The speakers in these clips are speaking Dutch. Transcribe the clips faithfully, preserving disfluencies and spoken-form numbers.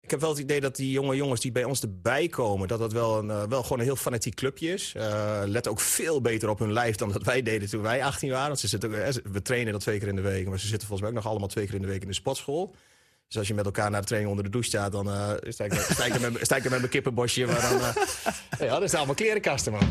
Ik heb wel het idee dat die jonge jongens die bij ons erbij komen... dat dat wel, een, uh, wel gewoon een heel fanatiek clubje is. Uh, let ook veel beter op hun lijf dan dat wij deden toen wij achttien waren. Want ze zitten, uh, we trainen dat twee keer in de week. Maar ze zitten volgens mij ook nog allemaal twee keer in de week in de sportschool. Dus als je met elkaar naar de training onder de douche staat... dan uh, sta ik, sta ik er met, sta ik er met mijn kippenbosje. Maar dan, uh, ja, dat zijn allemaal klerenkasten, man.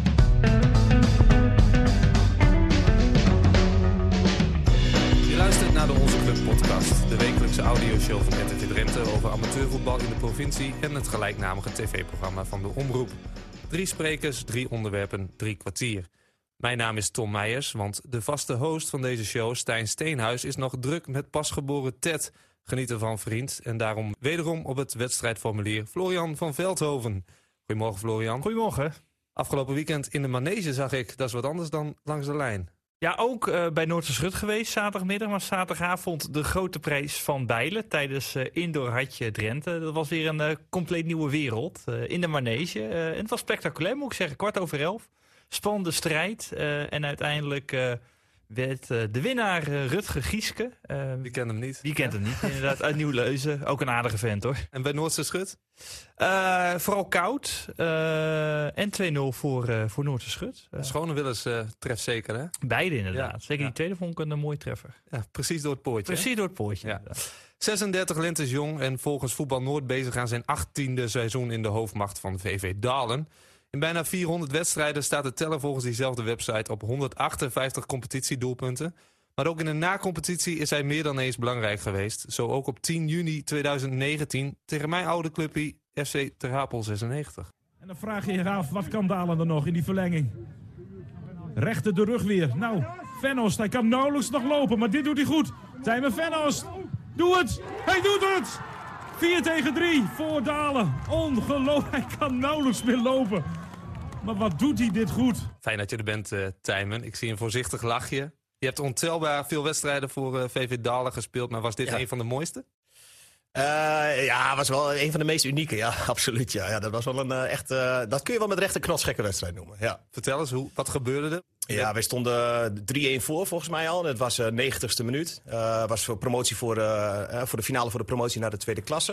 Je luistert naar de Onze Club podcast. De wekelijkse audioshow van R T V Drenthe over amateurvoetbal in de provincie... en het gelijknamige tv-programma van de Omroep. Drie sprekers, drie onderwerpen, drie kwartier. Mijn naam is Tom Meijers, want de vaste host van deze show... Stijn Steenhuis is nog druk met pasgeboren Ted... Geniet ervan, vriend. En daarom wederom op het wedstrijdformulier Florian van Veldhoven. Goedemorgen, Florian. Goedemorgen. Afgelopen weekend in de manege zag ik, dat is wat anders dan langs de lijn. Ja, ook uh, bij Noordse Schut geweest zaterdagmiddag. Maar zaterdagavond de grote prijs van Bijlen tijdens uh, Indoor Hartje Drenthe. Dat was weer een uh, compleet nieuwe wereld uh, in de manege. Uh, en het was spectaculair, moet ik zeggen. Kwart over elf. Spannende strijd. Uh, en uiteindelijk... Uh, werd uh, de winnaar uh, Rutger Gieske. Uh, Wie kent hem niet? Wie kent hem niet, inderdaad. Uit Nieuw-Leuzen. Ook een aardige vent, hoor. En bij Noordse Schut? Uh, vooral koud. Uh, en twee nul voor, uh, voor Noordse Schut. Uh, Schonewillens uh, treft zeker, hè? Beide inderdaad. Ja. Zeker ja. die tweede vond ik een, een mooie treffer. Ja, precies door het poortje. Precies hè? door het poortje, ja. zesendertig lentes jong en volgens Voetbal Noord bezig aan zijn achttiende seizoen in de hoofdmacht van V V Dalen. In bijna vierhonderd wedstrijden staat de teller volgens diezelfde website op honderdachtenvijftig competitiedoelpunten. Maar ook in de na-competitie is hij meer dan eens belangrijk geweest. Zo ook op tien juni tweeduizend negentien tegen mijn oude clubje F C Ter Apel zesennegentig. En dan vraag je je af, wat kan Dalen er nog in die verlenging? Rechter de rug weer. Nou, Vennost, hij kan nauwelijks nog lopen, maar dit doet hij goed. Tijmen Vennost, doe het! Hij doet het! vier tegen drie voor Dalen. Ongelooflijk, hij kan nauwelijks meer lopen. Maar wat doet hij dit goed? Fijn dat je er bent, uh, Tijmen. Ik zie een voorzichtig lachje. Je hebt ontelbaar veel wedstrijden voor uh, V V Dalen gespeeld, maar was dit ja. een van de mooiste? Uh, ja, was wel een van de meest unieke, ja, absoluut. Ja. Ja, dat was wel een uh, echt, uh, dat kun je wel met recht een knotsgekke wedstrijd noemen. Ja. Vertel eens, hoe, wat gebeurde er? Ja, wij stonden drie-een voor volgens mij al. Het was de uh, negentigste minuut. Het uh, was voor promotie voor, uh, uh, voor de finale voor de promotie naar de tweede klasse.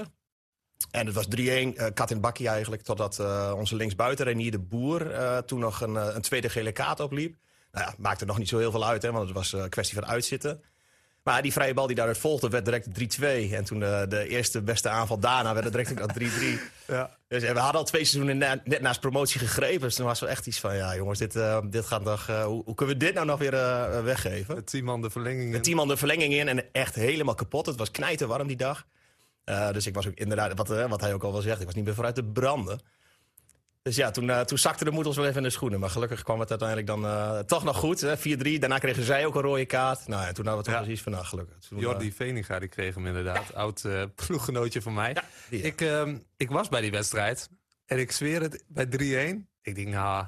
En het was drie-een, uh, kat in het bakkie eigenlijk, totdat uh, onze linksbuiten Renier de Boer uh, toen nog een, uh, een tweede gele kaart opliep. Nou ja, maakte nog niet zo heel veel uit, hè, want het was een uh, kwestie van uitzitten. Maar die vrije bal die daaruit volgde werd direct drie-twee. En toen uh, de eerste beste aanval daarna werd het direct ook drie-drie. Ja. Dus we hadden al twee seizoenen na, net naast promotie gegrepen. Dus toen was er echt iets van, ja jongens, dit, uh, dit gaat nog, uh, hoe, hoe kunnen we dit nou nog weer uh, weggeven? Met tien man de verlenging in. Met tien man de verlenging in en echt helemaal kapot. Het was knijterwarm die dag. Uh, dus ik was ook inderdaad, wat, uh, wat hij ook al wel zegt, ik was niet meer vooruit te branden. Dus ja, toen, uh, toen zakte de moed ons wel even in de schoenen. Maar gelukkig kwam het uiteindelijk dan uh, toch nog goed. vier-drie, daarna kregen zij ook een rode kaart. Nou ja, toen hadden we toch ja. precies van, nou gelukkig. Toen, Jordi uh... Veninga, die kreeg hem inderdaad. Ja. Oud uh, ploeggenootje van mij. Ja, ja. Ik, uh, ik was bij die wedstrijd. En ik zweer het, bij drie-een. Ik denk, nou,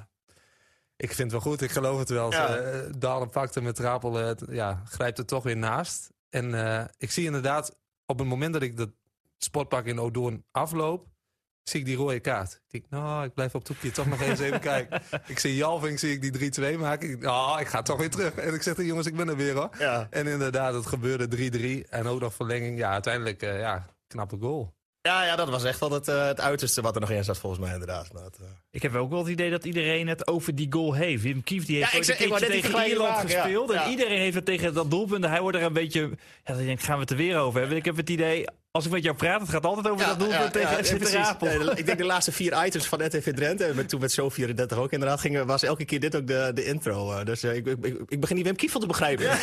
ik vind het wel goed. Ik geloof het wel. Ja. Uh, Dalen pakte met Trapel, uh, ja, grijpt er toch weer naast. En uh, ik zie inderdaad, op het moment dat ik dat sportpak in Odoorn afloop, zie ik die rode kaart. Ik denk, nou, ik blijf op het hoekje toch nog eens even kijken. Ik zie Jalving, zie ik die drie-twee maken. Ik, oh, ik ga toch weer terug. En ik zeg, jongens, ik ben er weer, hoor. Ja. En inderdaad, het gebeurde drie-drie. En ook nog verlenging. Ja, uiteindelijk, uh, ja, knappe goal. Ja, ja, dat was echt wel het, uh, het uiterste wat er nog in zat, volgens mij inderdaad. Maar het, uh... Ik heb ook wel het idee dat iedereen het over die goal heeft. Wim Kief die heeft ja, ooit een keertje tegen Ierland maken, gespeeld. Ja. En ja. iedereen heeft het tegen dat doelpunt. Hij wordt er een beetje... Ja, dan denk ik, gaan we het er weer over hebben? Ik heb het idee, als ik met jou praat, het gaat altijd over ja, dat doelpunt ja, tegen ja, F C Ter Apel. Ja, ik denk de laatste vier items van R T V Drenthe, en toen met Zo vierendertig ook inderdaad, ging, was elke keer dit ook de, de intro. Dus uh, ik, ik, ik begin die Wim Kief te begrijpen. Ja.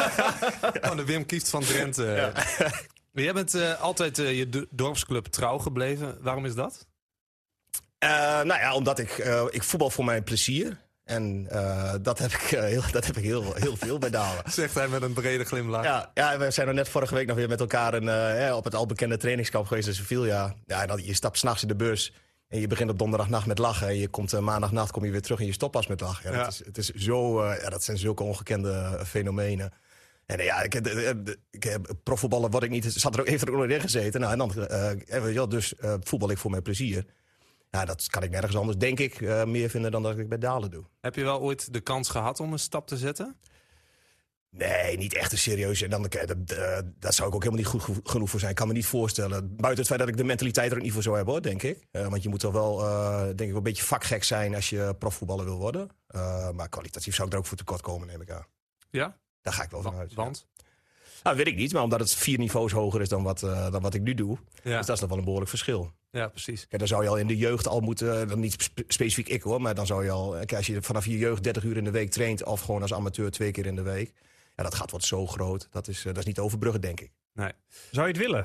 Oh, de Wim Kief van Drenthe. Ja. Maar jij bent uh, altijd uh, je dorpsclub trouw gebleven. Waarom is dat? Uh, nou ja, omdat ik, uh, ik voetbal voor mijn plezier. En uh, dat heb ik, uh, heel, dat heb ik heel, heel veel bij Dalen. Zegt hij met een brede glimlach. Ja, ja, we zijn er net vorige week nog weer met elkaar een, uh, ja, op het al bekende trainingskamp geweest in Sevilla. Ja, dan, je stapt 's nachts in de bus en je begint op donderdagnacht met lachen. En je komt uh, maandagnacht kom je weer terug en je stopt pas met lachen. Ja, ja. Dat, is, het is zo, uh, ja, dat zijn zulke ongekende fenomenen. En ja, ik, ik, ik, profvoetballer word ik niet, zat er ook, heeft er ook nog in gezeten. Nou, en dan, uh, ja, dus uh, voetbal ik voor mijn plezier. Ja, dat kan ik nergens anders, denk ik, uh, meer vinden dan dat ik bij Dalen doe. Heb je wel ooit de kans gehad om een stap te zetten? Nee, niet echt een serieus. En dan, dat, dat, dat zou ik ook helemaal niet goed genoeg voor zijn. Ik kan me niet voorstellen. Buiten het feit dat ik de mentaliteit er ook niet voor zou hebben, hoor, denk ik. Uh, want je moet toch wel, uh, denk ik, wel een beetje vakgek zijn als je profvoetballer wil worden. Uh, maar kwalitatief zou ik er ook voor tekort komen, neem ik aan. Ja? Daar ga ik wel van uit. Want? Ja. Nou, weet ik niet, maar omdat het vier niveaus hoger is dan wat, uh, dan wat ik nu doe. Ja. Dus dat is dan wel een behoorlijk verschil. Ja, precies. Kijk, dan zou je al in de jeugd al moeten, dan niet spe- specifiek ik hoor, maar dan zou je al, kijk, als je vanaf je jeugd dertig uur in de week traint of gewoon als amateur twee keer in de week. Ja, dat gaat wat zo groot. Dat is, uh, dat is niet te overbruggen, denk ik. Nee. Zou je het willen?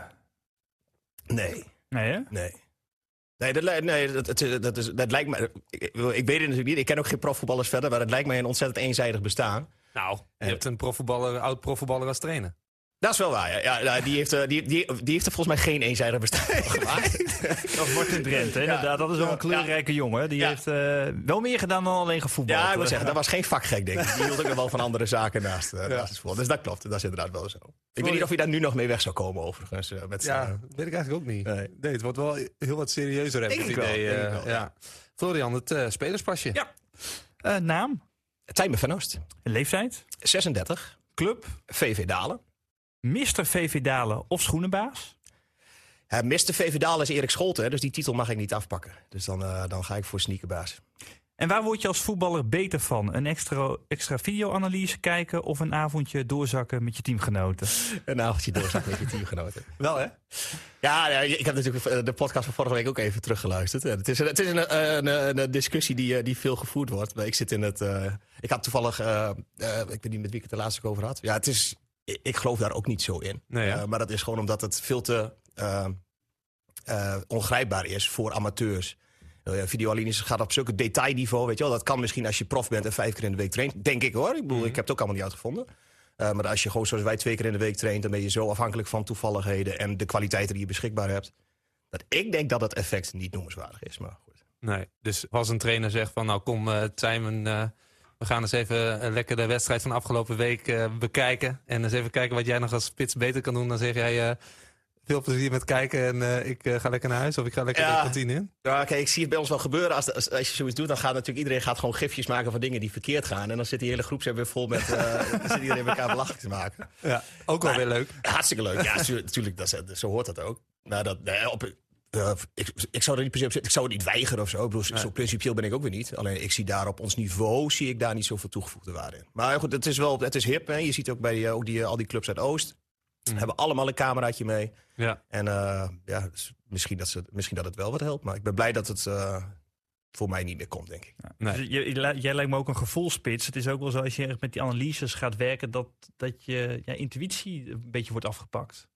Nee. Nee, hè? Nee. Nee, dat, nee dat, dat, dat, is, dat lijkt me... Ik, ik weet het natuurlijk niet. Ik ken ook geen profvoetballers verder, maar het lijkt mij een ontzettend eenzijdig bestaan. Nou, je en, hebt een profvoetballer, oud profvoetballer als trainer. Dat is wel waar, ja. ja die, heeft, die, die, die heeft er volgens mij geen eenzijdig bestaan gemaakt. Of Martin Drenthe, inderdaad. Ja, dat is wel een kleurrijke ja. jongen. Die ja. heeft uh, wel meer gedaan dan alleen gevoetbald. Ja, ik wil zeggen, dat was geen vakgek, denk ik. Die hield ook nog wel van andere zaken naast, uh, ja. naast het voetbal. Dus dat klopt, dat is inderdaad wel zo. Ik weet niet of je daar nu nog mee weg zou komen, overigens. Uh, met ja, uh, weet ik eigenlijk ook niet. Nee. nee, het wordt wel heel wat serieuzer, heb ik het idee. Wel, uh, wel, ja. Ja. Florian, het uh, spelerspasje. Ja. Uh, naam? Tijmen van Oost. Leeftijd? zesendertig. Club? V V Dalen. mister V V Dalen of schoenenbaas? Uh, mister V V Dalen is Erik Scholten, dus die titel mag ik niet afpakken. Dus dan, uh, dan ga ik voor sneakerbaas. En waar word je als voetballer beter van? Een extra, extra videoanalyse kijken of een avondje doorzakken met je teamgenoten? Een avondje doorzakken met je teamgenoten. Wel, hè? Ja, ik heb natuurlijk de podcast van vorige week ook even teruggeluisterd. Het is, het is een, een, een discussie die, die veel gevoerd wordt. Maar ik zit in het... Uh, ik had toevallig... Uh, uh, ik weet niet met wie ik het de laatste over had. Ja, het is... Ik geloof daar ook niet zo in. Nee, uh, maar dat is gewoon omdat het veel te uh, uh, ongrijpbaar is voor amateurs. Uh, Videoanalyse gaat op zulke detailniveau, weet je wel. Dat kan misschien als je prof bent en vijf keer in de week traint. Denk ik hoor. Ik bedoel, mm-hmm. ik heb het ook allemaal niet uitgevonden. Uh, maar als je gewoon zoals wij twee keer in de week traint, dan ben je zo afhankelijk van toevalligheden en de kwaliteiten die je beschikbaar hebt. Dat ik denk dat het effect niet noemenswaardig is. Maar goed. Nee, dus als een trainer zegt van nou kom uh, Tijmen... Uh... We gaan eens even uh, lekker de wedstrijd van de afgelopen week uh, bekijken. En eens even kijken wat jij nog als spits beter kan doen. Dan zeg jij uh, veel plezier met kijken en uh, ik uh, ga lekker naar huis. Of ik ga lekker ja. de kantine in. Ja, kijk, ik zie het bij ons wel gebeuren. Als, als, als je zoiets doet, dan gaat natuurlijk iedereen gaat gewoon gifjes maken van dingen die verkeerd gaan. En dan zit die hele groep weer vol met... Uh, dan zit iedereen elkaar belachelijk te maken. Ja, ook wel maar, weer leuk. Hartstikke leuk. Ja, natuurlijk, dat, zo hoort dat ook. Nou, dat, nee, op... Uh, ik, ik zou er niet per se op zitten. Ik zou het niet weigeren of zo. Ik bedoel, nee. Zo principieel ben ik ook weer niet. Alleen ik zie daar op ons niveau zie ik daar niet zoveel toegevoegde waarde in. Maar goed, het is wel, het is hip. Hè. Je ziet ook bij die, ook die, al die clubs uit Oost mm. hebben allemaal een cameraatje mee. Ja. En uh, ja, dus misschien, dat ze, misschien dat het wel wat helpt. Maar ik ben blij dat het uh, voor mij niet meer komt, denk ik. Ja. Nee. Dus jij, jij lijkt me ook een gevoelsspits. Het is ook wel zo als je met die analyses gaat werken dat, dat je ja, intuïtie een beetje wordt afgepakt.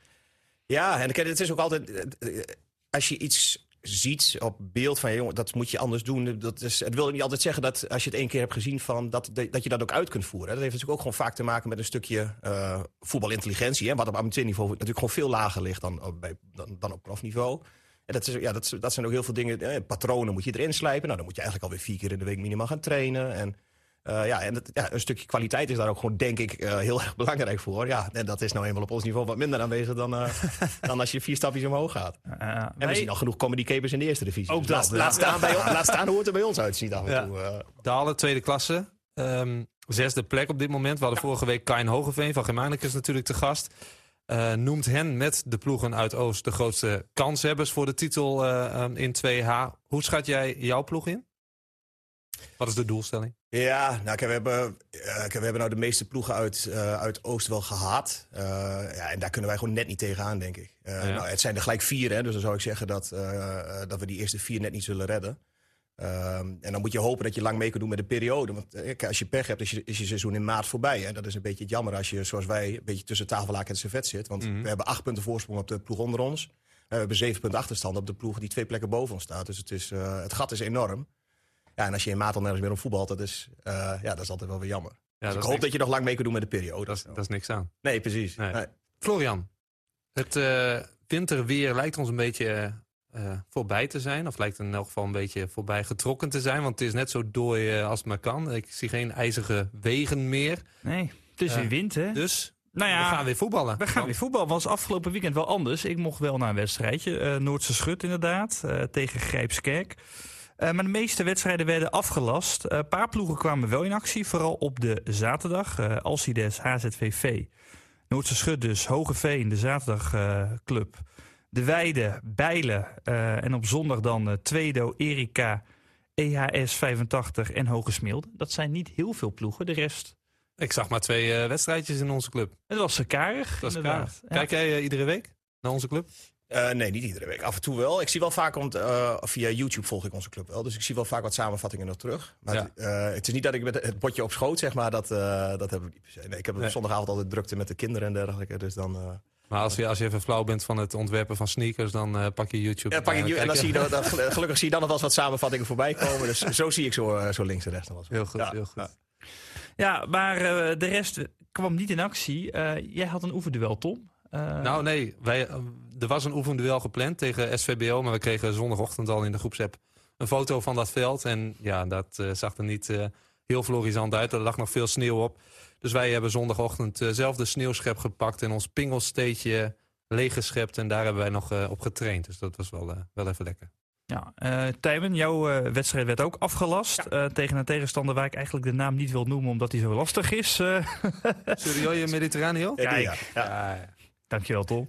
Ja, en het is ook altijd... Als je iets ziet op beeld van... jongen, dat moet je anders doen. Dat is, het wil niet altijd zeggen dat als je het één keer hebt gezien... Van, dat, dat je dat ook uit kunt voeren. Dat heeft natuurlijk ook gewoon vaak te maken met een stukje uh, voetbalintelligentie. Hè, wat op amateurniveau natuurlijk gewoon veel lager ligt dan op, bij, dan, dan op profniveau. En dat, is, ja, dat, dat zijn ook heel veel dingen... Eh, patronen moet je erin slijpen. Nou, dan moet je eigenlijk alweer vier keer in de week minimaal gaan trainen... En, Uh, ja, en dat, ja, een stukje kwaliteit is daar ook gewoon, denk ik, uh, heel erg belangrijk voor. Ja, en dat is nou eenmaal op ons niveau wat minder aanwezig dan, uh, dan als je vier stapjes omhoog gaat. Uh, uh, en we wij... zien al genoeg comedy capers in de eerste divisie. Ook dus dat. Laat, laat, staan bij, laat staan hoe het er bij ons uitziet af en ja. toe. Uh. Dalen, tweede klasse. Um, zesde plek op dit moment. We hadden ja. vorige week Kain Hogeveen van Germanicus natuurlijk te gast. Uh, noemt hen met de ploegen uit Oost de grootste kanshebbers voor de titel uh, um, in twee H. Hoe schat jij jouw ploeg in? Wat is de doelstelling? Ja, nou, kijk, we, hebben, uh, kijk, we hebben nou de meeste ploegen uit, uh, uit Oost wel gehad. Uh, ja, en daar kunnen wij gewoon net niet tegenaan, denk ik. Uh, ja. Nou, het zijn er gelijk vier, hè, dus dan zou ik zeggen dat, uh, dat we die eerste vier net niet zullen redden. Uh, en dan moet je hopen dat je lang mee kunt doen met de periode. Want uh, als je pech hebt, is je, is je seizoen in maart voorbij. Hè. Dat is een beetje het jammer als je, zoals wij, een beetje tussen tafellaken en servet zit. Want mm-hmm. we hebben acht punten voorsprong op de ploeg onder ons. Uh, we hebben zeven punten achterstand op de ploeg die twee plekken boven ons staat. Dus het, is, uh, het gat is enorm. Ja, en als je in maart al nergens meer om voetbalt, dat is, uh, ja, dat is altijd wel weer jammer. Ja, dus ik hoop niks... dat je nog lang mee kunt doen met de periode. Dat is, dat is niks aan. Nee, precies. Nee. Nee. Florian, het uh, winterweer lijkt ons een beetje uh, voorbij te zijn. Of lijkt in elk geval een beetje voorbij getrokken te zijn. Want het is net zo dooi uh, als het maar kan. Ik zie geen ijzige wegen meer. Nee, het is uh, weer wind, hè? Dus nou ja, we gaan weer voetballen. We gaan oh. weer voetballen. Was afgelopen weekend wel anders. Ik mocht wel naar een wedstrijdje. Uh, Noordse Schut inderdaad. Uh, tegen Grijpskerk. maar de meeste wedstrijden werden afgelast. Een uh, paar ploegen kwamen wel in actie, vooral op de zaterdag. Uh, Alcides, H Z V V, Noordse Schut dus, Hogeveen, de zaterdagclub. Uh, de Weide, Bijlen uh, en op zondag dan uh, Tweedo, Erika, E H S vijfentachtig en Hoge Smilde. Dat zijn niet heel veel ploegen, de rest... Ik zag maar twee uh, wedstrijdjes in onze club. Het was uh, karig, was inderdaad. Karig. Ja. Kijk jij uh, iedere week naar onze club? Uh, nee, niet iedere week. Af en toe wel. Ik zie wel vaak, want uh, via YouTube volg ik onze club wel. Dus ik zie wel vaak wat samenvattingen nog terug. Maar ja. het, uh, het is niet dat ik met het bordje op schoot, zeg maar. Dat, uh, dat heb ik niet per se. Nee, ik heb nee. zondagavond altijd drukte met de kinderen en dergelijke. Dus dan... Uh, Maar als je, als je even flauw bent van het ontwerpen van sneakers, dan uh, pak je YouTube. Ja, pak je, en dan zie je dan, dan, gelukkig zie je dan nog wel eens wat samenvattingen voorbij komen. Dus zo zie ik zo, uh, zo links en rechts nog wel. Heel goed, ja. heel goed. Ja, ja maar uh, de rest kwam niet in actie. Uh, jij had een oefenduel, Tom. Uh... Nou nee, wij, uh, er was een oefenduel gepland tegen S V B O, maar we kregen zondagochtend al in de groepsapp een foto van dat veld. En ja, dat uh, zag er niet uh, heel florisant uit. Er lag nog veel sneeuw op. Dus wij hebben zondagochtend uh, zelf de sneeuwschep gepakt en ons pingelsteetje leeggeschept. En daar hebben wij nog uh, op getraind. Dus dat was wel, uh, wel even lekker. Ja, uh, Tijmen, jouw uh, wedstrijd werd ook afgelast. Ja. Uh, tegen een tegenstander waar ik eigenlijk de naam niet wil noemen omdat hij zo lastig is. Uh. Serieus, Mediterraneo? Kijk, ja. Ja. Ja. Dankjewel, Tom.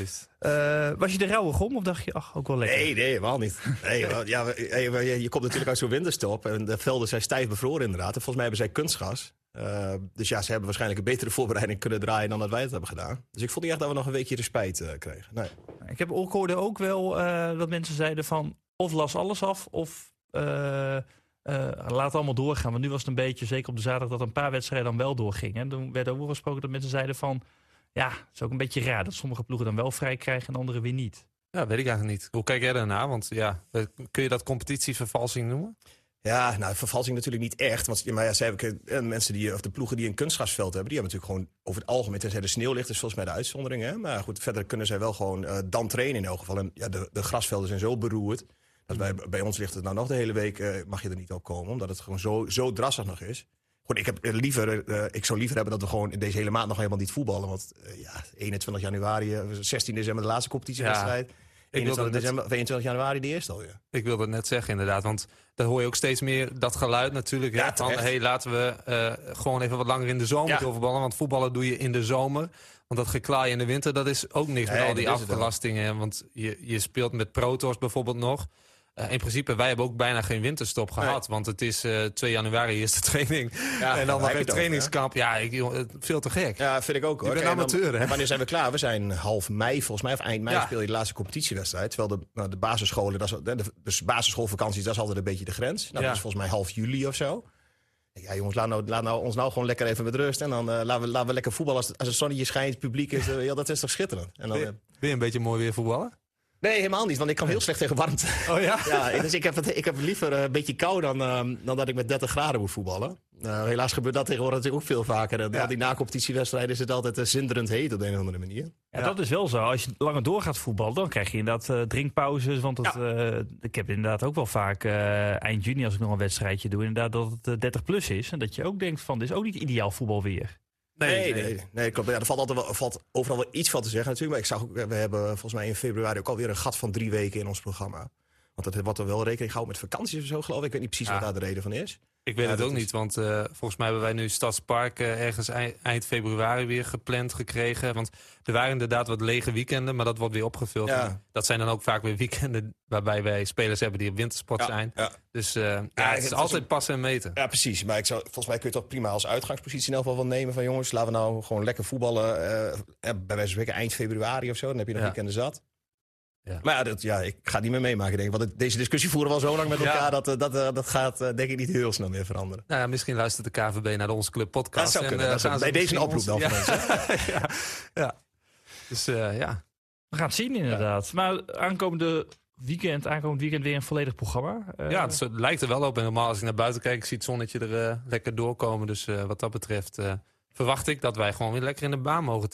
Uh, was je er rauwig om of dacht je, ach, ook wel lekker? Nee, nee, helemaal niet. Nee, ja, je, je komt natuurlijk uit zo'n winterstop en de velden zijn stijf bevroren inderdaad. En volgens mij hebben zij kunstgas. Uh, dus ja, ze hebben waarschijnlijk een betere voorbereiding kunnen draaien dan dat wij het hebben gedaan. Dus ik vond niet echt dat we nog een weekje respijt uh, kregen. Nee. Ik heb ook hoorde ook wel uh, dat mensen zeiden van of las alles af of uh, uh, laat allemaal doorgaan. Want nu was het een beetje, zeker op de zaterdag, dat een paar wedstrijden dan wel doorgingen. En toen werd ook gesproken dat mensen zeiden van ja, het is ook een beetje raar dat sommige ploegen dan wel vrij krijgen en andere weer niet. Ja, weet ik eigenlijk niet. Hoe kijk jij daarnaar? Want ja, kun je dat competitievervalsing noemen? Ja, nou, vervalsing natuurlijk niet echt. Want maar ja, ze hebben, uh, mensen die, of de ploegen die een kunstgrasveld hebben, die hebben natuurlijk gewoon over het algemeen, tenzij de sneeuw ligt, is volgens mij de uitzondering. Hè? Maar goed, verder kunnen zij wel gewoon uh, dan trainen in elk geval. En ja, de, de grasvelden zijn zo beroerd. Dat bij, bij ons ligt het nou nog de hele week, uh, mag je er niet op komen, omdat het gewoon zo, zo drassig nog is. Goed, ik, heb liever, uh, ik zou liever hebben dat we gewoon in deze hele maand nog helemaal niet voetballen. Want uh, ja, eenentwintig januari, uh, zestien december de laatste competitiewedstrijd. Ja. eenentwintig december, of eenentwintig januari de eerste alweer. Ik wilde het net zeggen inderdaad, want daar hoor je ook steeds meer dat geluid natuurlijk. Ja, hè, van hey, laten we uh, gewoon even wat langer in de zomer ja. doorvoetballen. Want voetballen doe je in de zomer. Want dat geklaai in de winter, dat is ook niks nee, met al die afgelastingen. Want je, je speelt met Protos bijvoorbeeld nog. Uh, in principe, wij hebben ook bijna geen winterstop gehad. Nee. Want het is uh, twee januari is de training. Ja, en dan nog een trainingskamp. Ook, ja, ik, veel te gek. Ja, vind ik ook hoor. Je bent amateur, hè? Wanneer zijn we klaar? We zijn half mei, volgens mij, of eind mei ja. speel je de laatste competitiewedstrijd. Terwijl de, nou, de basisscholen, dat is, de, dus basisschoolvakanties, dat is altijd een beetje de grens. Nou, ja. Dat is volgens mij half juli of zo. Ja, jongens, laat, nou, laat nou, ons nou gewoon lekker even met rust. En dan uh, laten, we, laten we lekker voetballen. Als, als het zonnetje schijnt, het publiek is, uh, ja, dat is toch schitterend. En dan, uh, ben, je, ben je een beetje mooi weer voetballen? Nee, helemaal niet, want ik kan heel slecht tegen warmte. Oh ja? Ja, dus ik heb, het, ik heb liever een beetje kou dan, uh, dan dat ik met dertig graden moet voetballen. Uh, helaas gebeurt dat tegenwoordig natuurlijk ook veel vaker. En ja. die na-competitiewedstrijden is het altijd uh, zinderend heet op de een of andere manier. Ja, ja, dat is wel zo. Als je langer door gaat voetballen, dan krijg je inderdaad uh, drinkpauzes. Want het, ja. uh, ik heb inderdaad ook wel vaak uh, eind juni, als ik nog een wedstrijdje doe, inderdaad dat het uh, dertig plus is. En dat je ook denkt van, dit is ook niet ideaal voetbal weer. Nee, nee, nee. nee klopt. Ja, er valt, altijd wel, valt overal wel iets van te zeggen natuurlijk. Maar ik zag ook, we hebben volgens mij in februari ook alweer een gat van drie weken in ons programma. Want dat wordt er wel rekening gehouden met vakanties of zo, geloof ik. Ik weet niet precies ja. wat daar de reden van is. Ik weet ja, het ook is... niet, want uh, volgens mij hebben wij nu Stadspark uh, ergens eind, eind februari weer gepland gekregen. Want er waren inderdaad wat lege weekenden, maar dat wordt weer opgevuld. Ja. Dat zijn dan ook vaak weer weekenden waarbij wij spelers hebben die op wintersport ja, zijn. Ja. Dus uh, ja, ja, het is het altijd is... passen en meten. Ja, precies. Maar ik zou, volgens mij kun je toch prima als uitgangspositie in elk geval wel nemen van jongens, laten we nou gewoon lekker voetballen. Uh, bij wijze van spreken eind februari of zo, dan heb je nog ja. weekenden zat. Ja. Maar ja, dat, ja, ik ga het niet meer meemaken, denk ik. Want deze discussie voeren we al zo lang met elkaar. Ja. Dat, dat, dat, dat gaat denk ik niet heel snel meer veranderen. Nou ja, misschien luistert de K V B naar de Onze Club podcast. Dat zou kunnen. En, uh, dat zou, bij deze een oproep dan ja. voor mensen. ja. ja. Dus uh, ja. We gaan het zien inderdaad. Ja. Maar aankomende weekend, aankomend weekend weer een volledig programma. Uh, ja, het lijkt er wel op. En normaal als ik naar buiten kijk, zie het zonnetje er uh, lekker doorkomen. Dus uh, wat dat betreft uh, verwacht ik dat wij gewoon weer lekker in de baan mogen tegen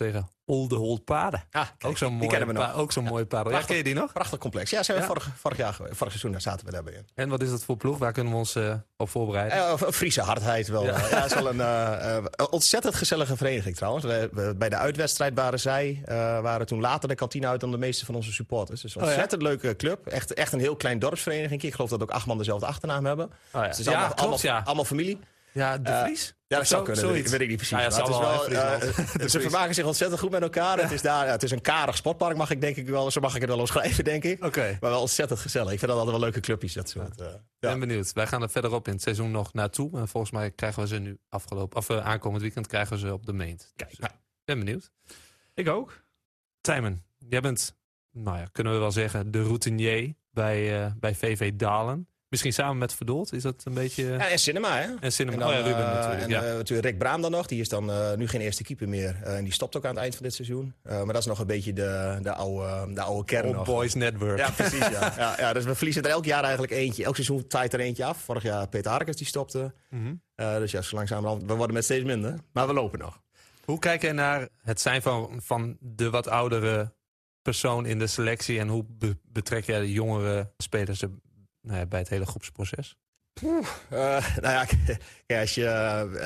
Oldeholdpade. Ah, kijk, ook zo'n die kennen we mooie, nog. pa- ook zo'n Ja. mooie padel. Ja, Prachtig, ken je die nog? Prachtig complex. Ja, zijn we Ja. Vorig, vorig, jaar, vorig seizoen daar zaten we daarbij in. En wat is dat voor ploeg? Waar kunnen we ons uh, op voorbereiden? Uh, een Friese hardheid wel. Ja. Ja, het is wel een uh, uh, ontzettend gezellige vereniging trouwens. We, we, bij de uitwedstrijd waren zij, uh, waren toen later de kantine uit dan de meeste van onze supporters. Dus een ontzettend oh, ja? leuke club. Echt, echt een heel klein dorpsvereniging. Ik geloof dat ook acht man dezelfde achternaam hebben. Oh, ja. Dus het is ja, allemaal, klopt, allemaal, ja. allemaal familie. Ja, de Vries? Uh, Ja, dat zou kunnen. Zoiets. Dat weet ik niet precies. Ah, ja, maar het is wel, uh, ze vermaken zich ontzettend goed met elkaar. Ja. Het, is daar, ja, het is een karig sportpark, mag ik denk ik wel. Zo mag ik het wel omschrijven, denk ik. Okay. Maar wel ontzettend gezellig. Ik vind dat altijd wel leuke clubjes. Dat soort, uh, ja. Ben benieuwd. Wij gaan er verderop in het seizoen nog naartoe. En volgens mij krijgen we ze nu afgelopen, of uh, aankomend weekend krijgen we ze op de Meent. Kijk, dus, uh, ben benieuwd. Ik ook. Tijmen, jij bent, nou ja, kunnen we wel zeggen, de routinier bij, uh, bij V V Dalen. Misschien samen met Verdoold, is dat een beetje... Ja, en Cinema, hè? En Cinema, en dan, oh ja, Ruben uh, natuurlijk. En ja. uh, natuurlijk Rick Braam dan nog. Die is dan uh, nu geen eerste keeper meer. Uh, en die stopt ook aan het eind van dit seizoen. Uh, maar dat is nog een beetje de, de, oude, de oude kern Old nog. Boys Network. Ja, precies, ja. ja, ja. Dus we verliezen er elk jaar eigenlijk eentje. Elk seizoen taait er eentje af. Vorig jaar Peter Harkens, die stopte. Mm-hmm. Uh, dus ja, zo langzamerhand. We worden met steeds minder. Maar we lopen nog. Hoe kijk je naar het zijn van, van de wat oudere persoon in de selectie? En hoe be- betrek jij de jongere spelers er, nou ja, bij het hele groepsproces? Oeh, uh, nou ja, ja, als je,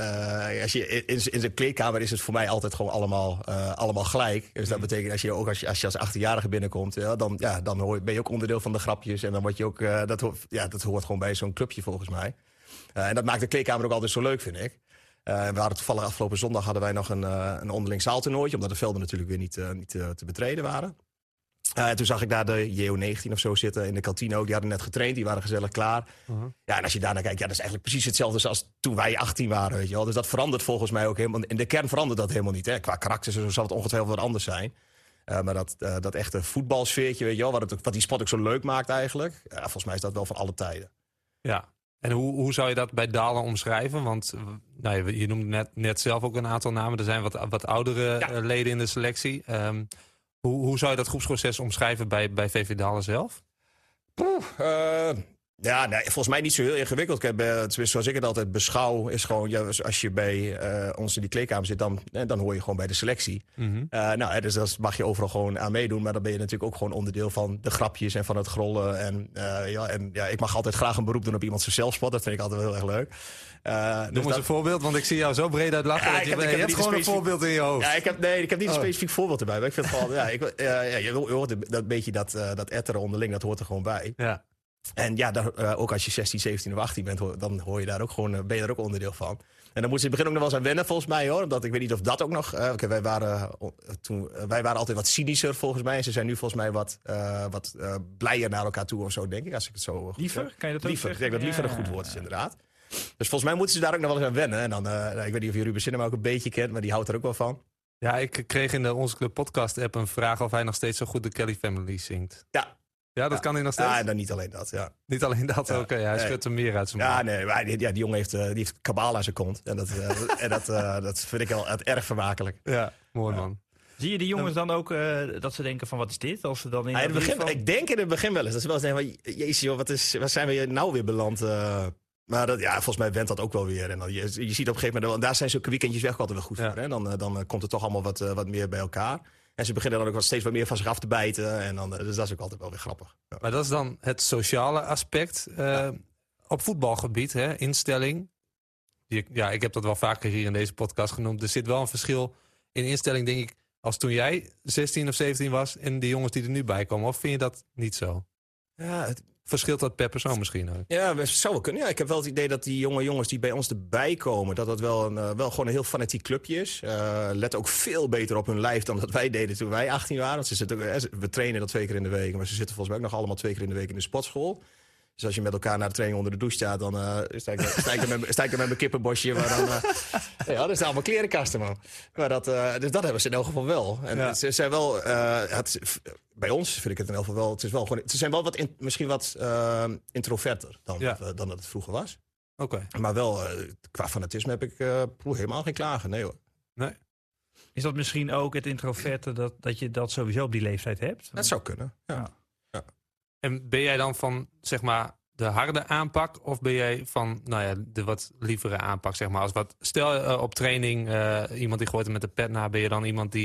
uh, als je in, in zijn kleedkamer is het voor mij altijd gewoon allemaal, uh, allemaal gelijk. Dus dat betekent als je ook als je als, je als achttienjarige binnenkomt, ja, dan, ja, dan hoor, ben je ook onderdeel van de grapjes. En dan word je ook, uh, dat, ho- ja, dat hoort gewoon bij zo'n clubje volgens mij. Uh, en dat maakt de kleedkamer ook altijd zo leuk, vind ik. Uh, we hadden toevallig afgelopen zondag hadden wij nog een, uh, een onderling zaaltoernooitje, omdat de velden natuurlijk weer niet, uh, niet uh, te betreden waren. Uh, en toen zag ik daar de J O negentien of zo zitten in de kantine ook. Die hadden net getraind, die waren gezellig klaar. Uh-huh. Ja, en als je daarnaar kijkt, ja, dat is eigenlijk precies hetzelfde als toen wij achttien waren. Weet je wel. Dus dat verandert volgens mij ook helemaal. In de kern verandert dat helemaal niet. Hè. Qua karakter zo zal het ongetwijfeld wat anders zijn. Uh, maar dat, uh, dat echte voetbalsfeertje, weet je wel, wat, het, wat die sport ook zo leuk maakt eigenlijk. Uh, volgens mij is dat wel van alle tijden. Ja, en hoe, hoe zou je dat bij Dalen omschrijven? Want nou, je noemde net, net zelf ook een aantal namen. Er zijn wat, wat oudere ja. uh, leden in de selectie. Um, Hoe, hoe zou je dat groepsproces omschrijven bij, bij V V Dalen zelf? Poeh, uh, ja, nee, volgens mij niet zo heel ingewikkeld. Ik heb, uh, zoals ik het altijd beschouw, is gewoon ja, als je bij uh, ons in die kleedkamer zit, dan, dan hoor je gewoon bij de selectie. Mm-hmm. Uh, nou, dus dat mag je overal gewoon aan meedoen. Maar dan ben je natuurlijk ook gewoon onderdeel van de grapjes en van het grollen. En, uh, ja, en ja, ik mag altijd graag een beroep doen op iemand zijn zelfspot. Dat vind ik altijd wel heel erg leuk. Uh, Noem dus eens dat... een voorbeeld, want ik zie jou zo breed uit lachen. Ja, dat je, heb, je hebt gewoon specifiek... een voorbeeld in je hoofd. Ja, ik heb, nee, ik heb niet een oh. specifiek voorbeeld erbij. Maar ik vind gewoon, ja, ik, uh, ja, je hoort dat beetje dat, uh, dat etteren onderling, dat hoort er gewoon bij. Ja. En ja, daar, uh, ook als je zestien, zeventien of achttien bent, hoor, dan hoor je daar ook gewoon, uh, ben je daar ook onderdeel van. En dan moet ze in het begin ook nog wel eens aan wennen, volgens mij, hoor. Omdat ik weet niet of dat ook nog... Uh, okay, wij, waren, uh, toen, uh, wij waren altijd wat cynischer, volgens mij. En ze zijn nu volgens mij wat, uh, wat uh, blijer naar elkaar toe of zo, denk ik. Als ik het zo liever? Zeg. Kan je dat ook liever. zeggen? Ik denk dat liever ja, een goed woord is, inderdaad. Dus volgens mij moeten ze daar ook nog wel eens aan wennen. En dan, uh, ik weet niet of je Ruben Cinema ook een beetje kent, maar die houdt er ook wel van. Ja, ik kreeg in de Onze Club podcast app een vraag of hij nog steeds zo goed de Kelly Family zingt. Ja. Ja, dat ja. kan hij nog steeds? Ja, en dan niet alleen dat, ja. Niet alleen dat, ja. oké. Okay, hij nee. schudt er meer uit zijn Ja, nee, maar die, ja, die jongen heeft, uh, die heeft kabaal aan zijn kont. En dat, uh, en dat, uh, dat vind ik wel erg vermakelijk. Ja, mooi ja. man. Zie je die jongens dan ook uh, dat ze denken van wat is dit? Als ze dan in, ja, in het begin, van... Ik denk in het begin wel eens. Dat ze wel eens denken, jezus joh, wat, is, wat zijn we nou weer beland? Uh, maar dat, ja, volgens mij went dat ook wel weer. En dan, je, je ziet op een gegeven moment, en daar zijn zulke weekendjes weg altijd wel goed ja. voor. Hè? Dan, dan uh, komt het toch allemaal wat, uh, wat meer bij elkaar. En ze beginnen dan ook wat steeds wat meer van zich af te bijten. En dan, dus dat is ook altijd wel weer grappig. Ja. Maar dat is dan het sociale aspect. Uh, ja. Op voetbalgebied, hè, instelling. Je, ja, ik heb dat wel vaker hier in deze podcast genoemd. Er zit wel een verschil in instelling, denk ik, als toen jij zestien of zeventien was en de jongens die er nu bij komen. Of vind je dat niet zo? Ja, het... Verschilt dat per persoon misschien ook? Ja, dat zou wel kunnen. Ja, ik heb wel het idee dat die jonge jongens die bij ons erbij komen, dat dat wel, een, uh, wel gewoon een heel fanatiek clubje is. Uh, let ook veel beter op hun lijf dan dat wij deden toen wij achttien waren. Want ze zitten, uh, we trainen dat twee keer in de week, maar ze zitten volgens mij ook nog allemaal twee keer in de week in de sportschool. Dus als je met elkaar naar de training onder de douche staat, dan uh, sta, ik, sta, ik met, sta ik er met mijn kippenbosje. Maar dan, uh, ja, dat zijn allemaal klerenkasten, man. Maar dat, uh, dus dat hebben ze in elk geval wel. En ja. ze zijn wel, uh, het, bij ons vind ik het in elk geval wel. Het is wel gewoon, ze zijn wel wat in, misschien wat uh, introverter dan, ja. uh, dan dat het vroeger was. Oké. Okay. Maar wel, uh, qua fanatisme heb ik uh, helemaal geen klagen. Nee hoor. Nee. Is dat misschien ook het introverte dat, dat je dat sowieso op die leeftijd hebt? Dat zou kunnen, ja. ja. ja. En ben jij dan van, zeg maar, de harde aanpak? Of ben jij van, nou ja, de wat lievere aanpak, zeg maar? Als wat, stel uh, op training, uh, iemand die gooit er met de pet naar, ben je dan iemand die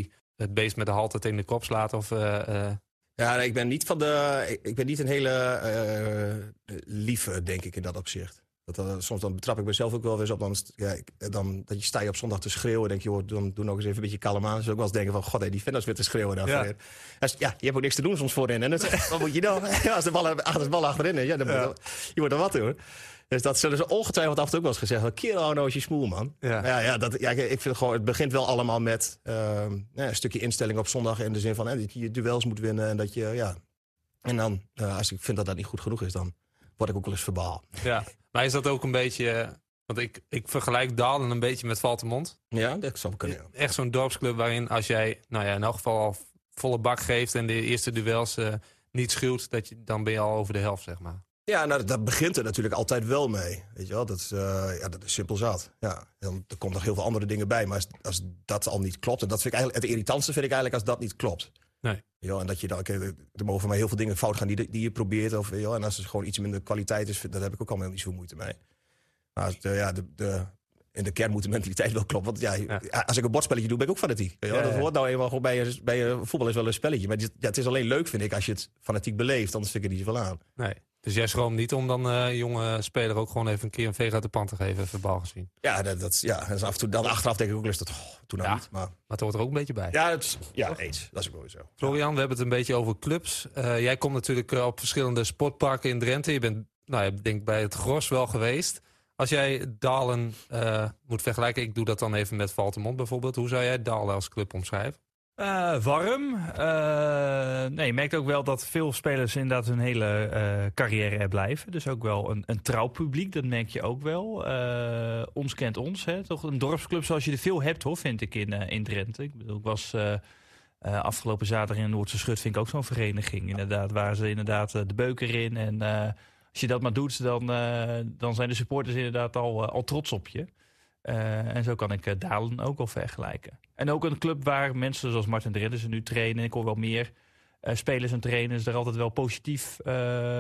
het beest met de halter in de kop slaat? Of, uh, uh... Ja, nee, ik ben niet van de. Ik, ik ben niet een hele uh, lieve, denk ik, in dat opzicht. Dat, uh, soms dan betrap ik mezelf ook wel weer eens op. Dan, ja, ik, dan dat je sta je op zondag te schreeuwen. Denk je, joh, dan doe nog eens even een beetje kalm aan. Dus ook wel eens denken van, god, hey, die Venno's weer te schreeuwen daarvoor. Ja. Dus, ja, je hebt ook niks te doen soms voorin. En het, wat moet je dan? Ja, als de bal, als de bal achterin is, ja, dan ja. Moet, je wordt er wat doen. Dus dat zullen ze ongetwijfeld af en toe ook wel eens gezegd. Kerel, nou is je smoel, man. Ja. Ja, ja, dat, ja, ik vind gewoon, het begint wel allemaal met uh, ja, een stukje instelling op zondag. In de zin van hè, dat je je duels moet winnen. En dat je, ja. En dan, uh, als ik vind dat dat niet goed genoeg is, dan word ik ook wel eens verbaal. Ja, maar is dat ook een beetje. Want ik, ik vergelijk Dalen een beetje met Valtemont. Ja, dat zou kunnen. Ja. Echt zo'n dorpsclub waarin als jij, nou ja, in elk geval al volle bak geeft. En de eerste duels uh, niet schuwt, dat je, dan ben je al over de helft, zeg maar. Ja, nou, dat begint er natuurlijk altijd wel mee. Weet je wel? Dat, is, uh, ja, dat is simpel zat. Ja. Dan, er komt nog heel veel andere dingen bij. Maar als, als dat al niet klopt... en dat vind ik eigenlijk, het irritantste vind ik eigenlijk als dat niet klopt. Nee. Ja, en dat je dan, okay, er mogen voor mij heel veel dingen fout gaan die, die je probeert. Of, ja, en als het gewoon iets minder kwaliteit is, daar heb ik ook allemaal niet zoveel moeite mee. Maar de, ja, de, de, in de kern moet de mentaliteit wel kloppen. Want ja, ja. als ik een bordspelletje doe, ben ik ook fanatiek. Ja, ja, dat hoort nou eenmaal gewoon bij, bij voetbal is wel een spelletje. Maar ja, het is alleen leuk, vind ik, als je het fanatiek beleeft. Anders vind ik er niet zoveel aan. Nee. Dus jij schroomt niet om dan uh, jonge speler ook gewoon even een keer een veeg uit de pan te geven, verbaal gezien? Ja, dat, dat, ja. En af en toe, dan achteraf denk ik ook eens dat, oh, toen nou ja, niet. Maar... maar het hoort er ook een beetje bij. Ja, dat, ja eens. Dat is ook wel zo. Florian, we hebben het een beetje over clubs. Uh, jij komt natuurlijk uh, op verschillende sportparken in Drenthe. Je bent, nou, ik denk bij het gros wel geweest. Als jij Dalen uh, moet vergelijken, ik doe dat dan even met Valtemont bijvoorbeeld. Hoe zou jij Dalen als club omschrijven? Uh, warm. Uh, nee, je merkt ook wel dat veel spelers inderdaad hun hele uh, carrière er blijven. Dus ook wel een, een trouw publiek, dat merk je ook wel. Uh, ons kent ons, hè? Toch een dorpsclub zoals je er veel hebt, hoor, vind ik in, uh, in Drenthe. Ik bedoel, ik was uh, uh, afgelopen zaterdag in Noordse Schut, vind ik ook zo'n vereniging. Inderdaad, waar ze inderdaad uh, de beuker in. En uh, als je dat maar doet, dan, uh, dan zijn de supporters inderdaad al, uh, al trots op je. Uh, en zo kan ik uh, Dalen ook al vergelijken. En ook een club waar mensen zoals Martin Drenthe ze nu trainen. Ik hoor wel meer uh, spelers en trainers er altijd wel positief uh,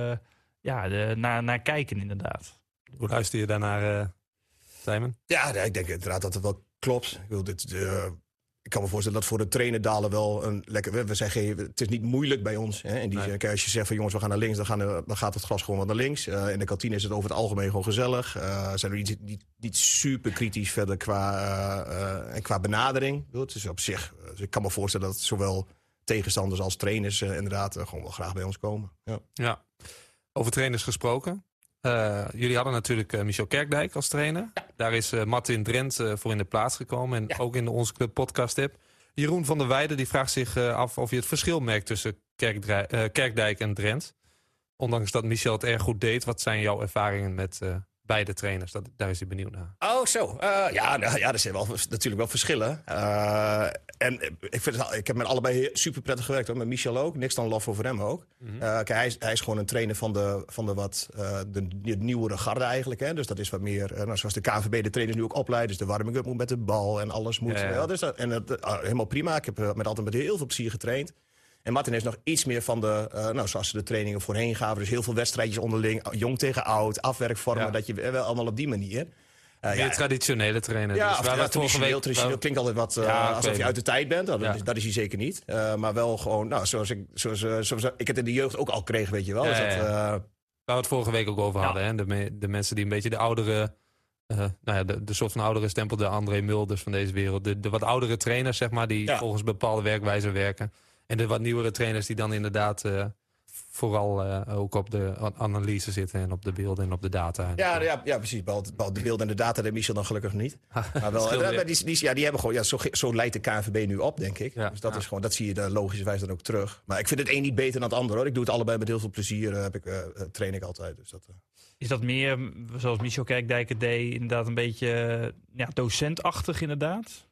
ja, de, naar, naar kijken inderdaad. Hoe luister je daarnaar, uh, Simon? Ja, ik denk inderdaad dat het wel klopt. Ik wil dit... Uh... Ik kan me voorstellen dat voor de trainer Dalen wel een lekker... We zeggen, het is niet moeilijk bij ons. Hè? In die nee. zin, als je zegt van jongens, we gaan naar links... dan, gaan de, dan gaat het gras gewoon wat naar links. Uh, in de kantine is het over het algemeen gewoon gezellig. Uh, zijn er niet, niet, niet super kritisch verder qua, uh, uh, qua benadering. Het is op zich... Dus ik kan me voorstellen dat zowel tegenstanders als trainers... Uh, inderdaad uh, gewoon wel graag bij ons komen. Ja. Ja. Over trainers gesproken. Uh, jullie hadden natuurlijk uh, Michel Kerkdijk als trainer. Ja. Daar is uh, Martin Drenthe uh, voor in de plaats gekomen. En ja. ook in de Onze Club podcast tip. Jeroen van der Weijden die vraagt zich uh, af of je het verschil merkt tussen Kerkdijk, uh, Kerkdijk en Drenthe. Ondanks dat Michel het erg goed deed. Wat zijn jouw ervaringen met uh, beide trainers? Dat, daar is hij benieuwd naar. Oh, zo. Uh, ja, nou, ja, er zijn wel, natuurlijk wel verschillen. Uh, en ik, vind het, ik heb met allebei super prettig gewerkt. Hoor. Met Michel ook. Niks dan lof over hem ook. Mm-hmm. uh, kijk, hij, is, hij is gewoon een trainer van de, van de wat uh, de, de nieuwere garde eigenlijk. Hè. Dus dat is wat meer, uh, nou, zoals de K N V B de trainers nu ook opleidt. Dus de warming-up moet met de bal en alles moet. Ja, ja. Ja, dus dat, en dat, uh, helemaal prima. Ik heb uh, met altijd met heel veel plezier getraind. En Martin is nog iets meer van de, uh, nou, zoals ze de trainingen voorheen gaven. Dus heel veel wedstrijdjes onderling, jong tegen oud, afwerkvormen. Ja. Dat je wel allemaal op die manier. Uh, meer ja, traditionele trainer. Ja, dus of, ja traditioneel, week, traditioneel klinkt altijd wat uh, ja, alsof je uit de tijd bent. Dat, ja. is, dat is hij zeker niet. Uh, maar wel gewoon, nou, zoals ik, zoals, uh, zoals ik het in de jeugd ook al kreeg, weet je wel. Ja, dus dat, ja. uh, Waar we het vorige week ook over ja. hadden. Hè? De, me, de mensen die een beetje de oudere... Uh, nou ja, de, de soort van oudere stempel, de André Mulders van deze wereld. De, de wat oudere trainers, zeg maar, die ja. volgens bepaalde werkwijzen werken. En de wat nieuwere trainers die dan inderdaad uh, vooral uh, ook op de analyse zitten en op de beelden en op de data. Ja, ja, ja, precies. De beelden en de data, de Michel dan gelukkig niet. Maar wel, uh, die, die, ja, die hebben gewoon, ja, zo, zo leidt de K N V B nu op, denk ik. Ja, dus dat, ja. is gewoon, dat zie je er logischerwijs dan ook terug. Maar ik vind het een niet beter dan het ander, hoor. Ik doe het allebei met heel veel plezier. Uh, heb ik, uh, train ik altijd. Dus dat, uh. Is dat meer, zoals Michel Kerkdijk het deed, inderdaad een beetje ja, docentachtig inderdaad?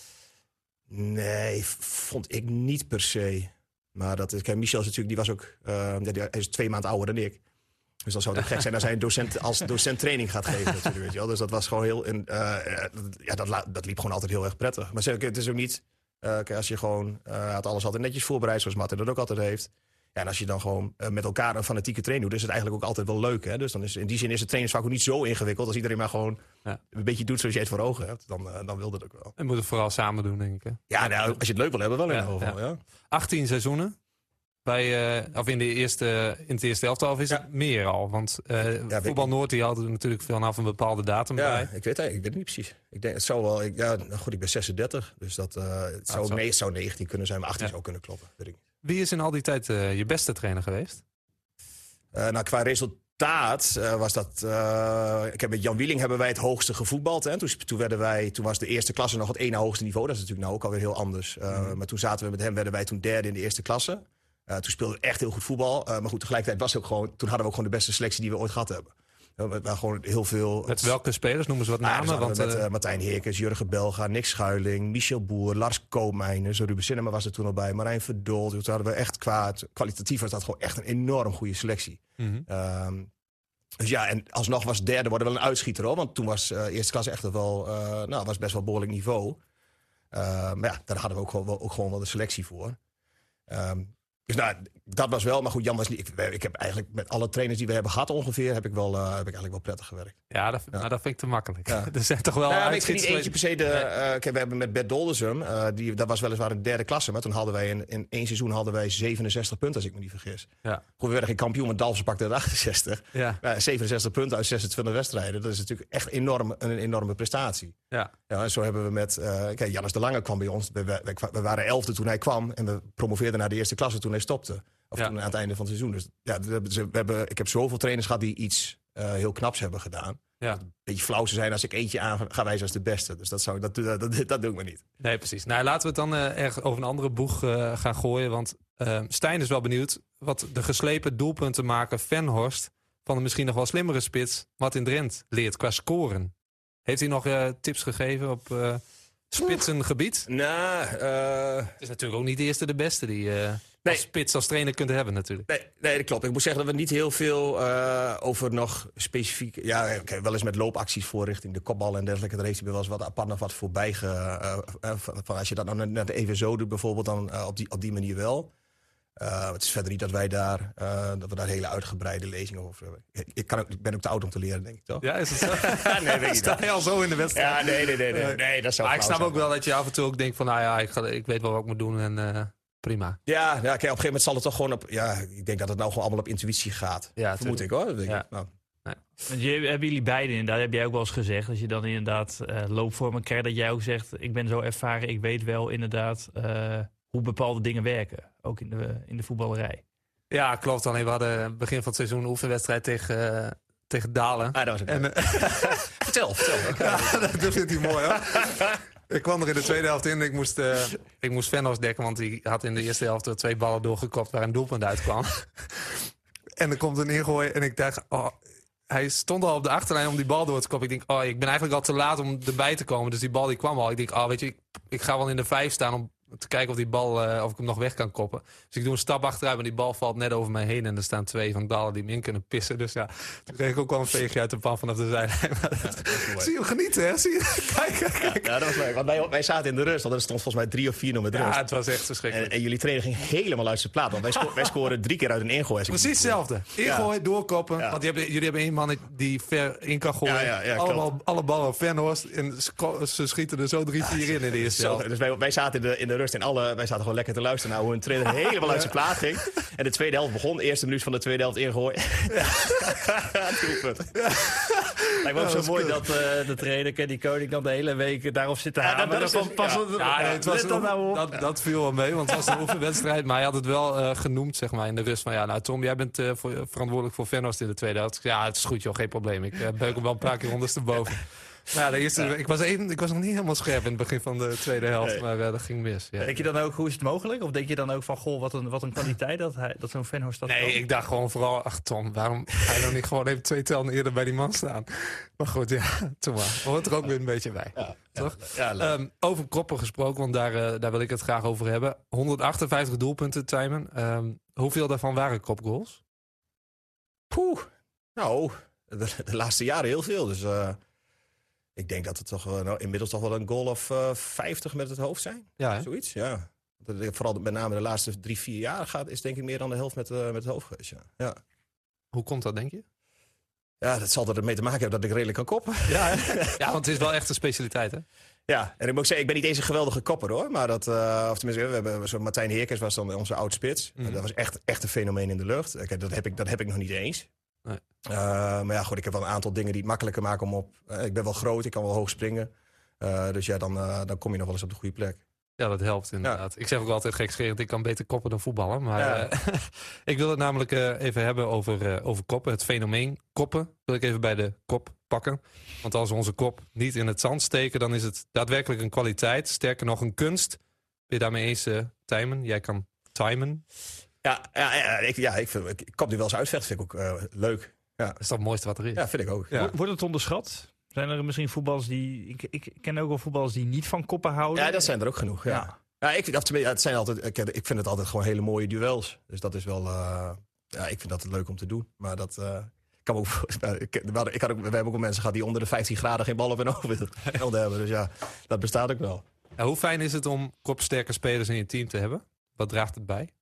Nee, vond ik niet per se. Maar dat is, kijk, Michel is natuurlijk, die was ook, uh, hij is twee maanden ouder dan ik. Dus dan zou het gek zijn als hij een docent, als docent training gaat geven natuurlijk, weet je wel. Dus dat was gewoon heel, uh, ja, dat, dat liep gewoon altijd heel erg prettig. Maar zeg, het is ook niet, uh, kijk, als je gewoon, uh, had alles altijd netjes voorbereid, zoals Martin dat ook altijd heeft. Ja, en als je dan gewoon uh, met elkaar een fanatieke training doet... is het eigenlijk ook altijd wel leuk. Hè? Dus dan is, in die zin is het trainingsvak ook niet zo ingewikkeld. Als iedereen maar gewoon ja. een beetje doet zoals je het voor ogen hebt... dan, uh, dan wil dat ook wel. En moet het vooral samen doen, denk ik. Hè? Ja, nou, als je het leuk wil hebben, wel in ja, ieder geval. Ja. Ja. achttien seizoenen. Bij, uh, of in, de eerste, in het eerste elftal, of is ja. het meer al? Want uh, ja, Voetbal Noord die had er natuurlijk vanaf een bepaalde datum ja, bij. Ik weet, ik weet het niet precies. Ik denk, het zou wel, ik, ja, goed, ik ben zesendertig, dus dat, uh, het, zou, ah, nee, het zou negentien kunnen zijn, maar achttien ja. zou kunnen kloppen. Weet ik niet. Wie is in al die tijd uh, je beste trainer geweest? Uh, nou, qua resultaat uh, was dat... Uh, ik heb met Jan Wieling hebben wij het hoogste gevoetbald. Hè. Toen, toen, werden wij, toen was de eerste klasse nog het ene hoogste niveau. Dat is natuurlijk nou ook alweer heel anders. Uh, mm. Maar toen zaten we met hem, werden wij toen derde in de eerste klasse. Uh, toen speelden we echt heel goed voetbal. Uh, maar goed, tegelijkertijd was het ook gewoon... Toen hadden we ook gewoon de beste selectie die we ooit gehad hebben. Uh, we waren gewoon heel veel... Met welke spelers? Noemen ze wat namen? Nou, want, met uh, Martijn Heerkens, Jurgen Belga, Nick Schuiling, Michel Boer, Lars Koopmeiners, Ruben Sinema was er toen al bij, Marijn Verdol. Toen hadden we echt qua... Kwalitatief was dat gewoon echt een enorm goede selectie. Mm-hmm. Um, dus ja, en alsnog was derde worden wel een uitschieter hoor. Want toen was uh, eerste klasse echt wel... Uh, nou, was best wel behoorlijk niveau. Uh, maar ja, daar hadden we ook, wel, ook gewoon wel de selectie voor. Um, Dus nou, dat was wel, maar goed, Jan was niet... Ik, ik heb eigenlijk met alle trainers die we hebben gehad ongeveer... heb ik, wel, uh, heb ik eigenlijk wel prettig gewerkt. Ja, dat, ja. Nou, dat vind ik te makkelijk. Ja. Er zijn toch wel nou, ja, ik vind niet eentje per se de... Uh, kijk, we hebben met Bert Doldersum, uh, die, dat was weliswaar een derde klasse... maar toen hadden wij in, in één seizoen hadden wij zevenenzestig punten, als ik me niet vergis. Ja. Goed, we werden geen kampioen, maar Dalfsen pakte er achtenzestig. Ja. Uh, zevenenzestig punten uit zesentwintig wedstrijden. Dat is natuurlijk echt enorm, een enorme prestatie. Ja. Ja, en zo hebben we met... Uh, kijk, Jannes de Lange kwam bij ons. We, we, we waren elfde toen hij kwam... en we promoveerden naar de eerste klasse toen hij stopte. Of ja. toen aan het einde van het seizoen. Dus ja, we hebben, ik heb zoveel trainers gehad die iets uh, heel knaps hebben gedaan. Ja. Een beetje flauw zou zijn als ik eentje aan ga wijzen als de beste. Dus dat, zou, dat, dat, dat, dat doe ik maar niet. Nee, precies. Nou, laten we het dan uh, erg over een andere boeg uh, gaan gooien. Want uh, Stijn is wel benieuwd wat de geslepen doelpunten maken Venhorst... van de misschien nog wel slimmere spits Martin Drent leert qua scoren. Heeft hij nog uh, tips gegeven op... Uh, spitsengebied? Nou, uh... het is natuurlijk ook niet de eerste de beste die uh, nee. als spits als trainer kunt hebben natuurlijk. Nee, nee, dat klopt. Ik moet zeggen dat we niet heel veel uh, over nog specifiek... Ja, okay, wel eens met loopacties voor richting de kopbal en dergelijke. Daar heeft hij wel eens wat apart nog wat voorbij ge... Uh, uh, van als je dat nou net even zo doet bijvoorbeeld, dan uh, op, die, op die manier wel. Uh, het is verder niet dat wij daar, uh, dat we daar hele uitgebreide lezingen over hebben. Ik, ik, kan ook, ik ben ook te oud om te leren, denk ik, toch? Ja, is het zo? nee, weet je Sta je al zo in de wedstrijd? Ja, nee, nee, nee. nee, nee dat zou maar ik snap zijn. ook wel dat je af en toe ook denkt van... nou ja, ik, ga, ik weet wel wat ik moet doen en uh, prima. Ja, ja kijk, op een gegeven moment zal het toch gewoon op... Ja, ik denk dat het nou gewoon allemaal op intuïtie gaat. Ja, vermoed ik, hoor. Dat denk ja. ik. Nou. Nee. Want je, hebben jullie beiden inderdaad, heb jij ook wel eens gezegd... als je dan inderdaad uh, loopvormen krijgt, dat jij ook zegt... ik ben zo ervaren, ik weet wel inderdaad... Uh, hoe bepaalde dingen werken, ook in de, in de voetballerij. Ja, klopt. Alleen we hadden begin van het seizoen een oefenwedstrijd tegen, uh, tegen Dalen. Ah, dat was het. En, uh, vertel, vertel. Ja, dat vindt hij mooi, hoor. Ik kwam er in de tweede helft in en ik moest, uh, ik moest Venhorst dekken... want hij had in de eerste helft er twee ballen doorgekopt waar een doelpunt uitkwam. En er komt een ingooi en ik dacht... Oh, hij stond al op de achterlijn om die bal door te koppen. Ik denk, oh, ik ben eigenlijk al te laat om erbij te komen. Dus die bal die kwam al. Ik denk, oh, weet je, ik, ik ga wel in de vijf staan om te kijken of die bal, uh, of ik hem nog weg kan koppen. Dus ik doe een stap achteruit, maar die bal valt net over mij heen. En er staan twee van Dalen die hem in kunnen pissen. Dus ja, toen kreeg ik ook wel een veegje uit de pan vanaf de zijlijn. Ja, zie je hem genieten, hè? Zie je? Kijk, kijk. Ja, dat was leuk. Want wij, wij zaten in de rust. Want er stond volgens mij drie of vier nog met rust. Ja, het was echt verschrikkelijk. En, en jullie trainer ging helemaal uit zijn plaat. Want wij, sco- wij scoren drie keer uit een ingooi. Precies hetzelfde. Ingooi, ja. doorkoppen. Ja. Want hebben, jullie hebben één man die ver in kan gooien. Ja, ja, ja, Allemaal, alle ballen op Venhorst. En ze schieten er zo drie, vier in in de eerste helft. Dus wij, wij zaten in de, in de rust en alle, wij zaten gewoon lekker te luisteren naar hoe een trainer helemaal uit zijn plaat ging. En de tweede helft begon. De eerste minuut van de tweede helft ingooi. Ja. Doelpunt. Ja. Lijkt me ook zo mooi dat uh, de trainer Kenny Koning dan de hele week daarop zit te ja, hameren. Dat, dat, pas ja. Het, ja, nee, het was dat, nou dat, dat viel wel mee, want het was een oefenwedstrijd. Maar hij had het wel uh, genoemd, zeg maar, in de rust van... ja, nou Tom, jij bent uh, voor, verantwoordelijk voor Venhorst in de tweede helft. Ja, het is goed, joh, geen probleem. Ik uh, beuk hem wel een paar keer ondersteboven. Nou, de eerste, ja. ik, was even, ik was nog niet helemaal scherp in het begin van de tweede helft, nee. maar uh, dat ging mis. Ja. Denk je dan ook, hoe is het mogelijk? Of denk je dan ook van, goh, wat een, wat een kwaliteit dat, hij, dat zo'n Venhorst dat Nee, kan? Ik dacht gewoon vooral, ach Tom, waarom ga je dan niet gewoon even twee tellen eerder bij die man staan? Maar goed, ja, toen maar. Hoort er ook weer een beetje bij. Ja, toch? Ja, ja, um, over koppen gesproken, want daar, uh, daar wil ik het graag over hebben. honderdachtenvijftig doelpunten, Tijmen. Um, hoeveel daarvan waren kopgoals? Poeh, nou, de, de laatste jaren heel veel, dus... Uh... Ik denk dat het toch uh, nou, inmiddels toch wel een goal of uh, vijftig met het hoofd zijn. Ja, zoiets, ja. Vooral met name de laatste drie, vier jaar gaat, is denk ik meer dan de helft met, uh, met het hoofd geweest. Ja. Ja. Hoe komt dat, denk je? Ja, dat zal ermee te maken hebben dat ik redelijk kan koppen. Ja, ja, want het is wel echt een specialiteit, hè? Ja, en ik moet ook zeggen, ik ben niet eens een geweldige kopper, hoor. Maar dat, uh, of tenminste, we hebben zo Martijn Heerkens was dan onze oud-spits. Mm. Dat was echt, echt een fenomeen in de lucht. Kijk, dat, heb ik, dat heb ik nog niet eens. Nee. Uh, maar ja, goed, ik heb wel een aantal dingen die het makkelijker maken om op... Uh, ik ben wel groot, ik kan wel hoog springen. Uh, dus ja, dan, uh, dan kom je nog wel eens op de goede plek. Ja, dat helpt inderdaad. Ja. Ik zeg ook altijd gekscherend, ik kan beter koppen dan voetballen. Maar ja. uh, ik wil het namelijk uh, even hebben over, uh, over koppen. Het fenomeen koppen wil ik even bij de kop pakken. Want als we onze kop niet in het zand steken, dan is het daadwerkelijk een kwaliteit. Sterker nog, een kunst. Ben je daarmee eens, uh, Tijmen? Jij kan timen. Ja, ja, ja, ik, ja ik, vind, ik kop nu wel eens uitvechten, vind ik ook uh, leuk. Ja. Dat is toch het mooiste wat er is? Ja, vind ik ook. Ja. Wordt het onderschat? Zijn er misschien voetballers die... Ik, ik ken ook wel voetballers die niet van koppen houden. Ja, dat zijn er ook genoeg, ja. ja. ja ik, vind, het zijn altijd, ik, ik vind het altijd gewoon hele mooie duels. Dus dat is wel... Uh, ja, ik vind dat leuk om te doen. Maar dat... Uh, kan ook, ik, ik had ook, we hebben ook mensen gehad die onder de vijftien graden geen bal op hun ogen wilden hebben. Dus ja, dat bestaat ook wel. Ja, hoe fijn is het om kopsterke spelers in je team te hebben? Wat draagt het bij?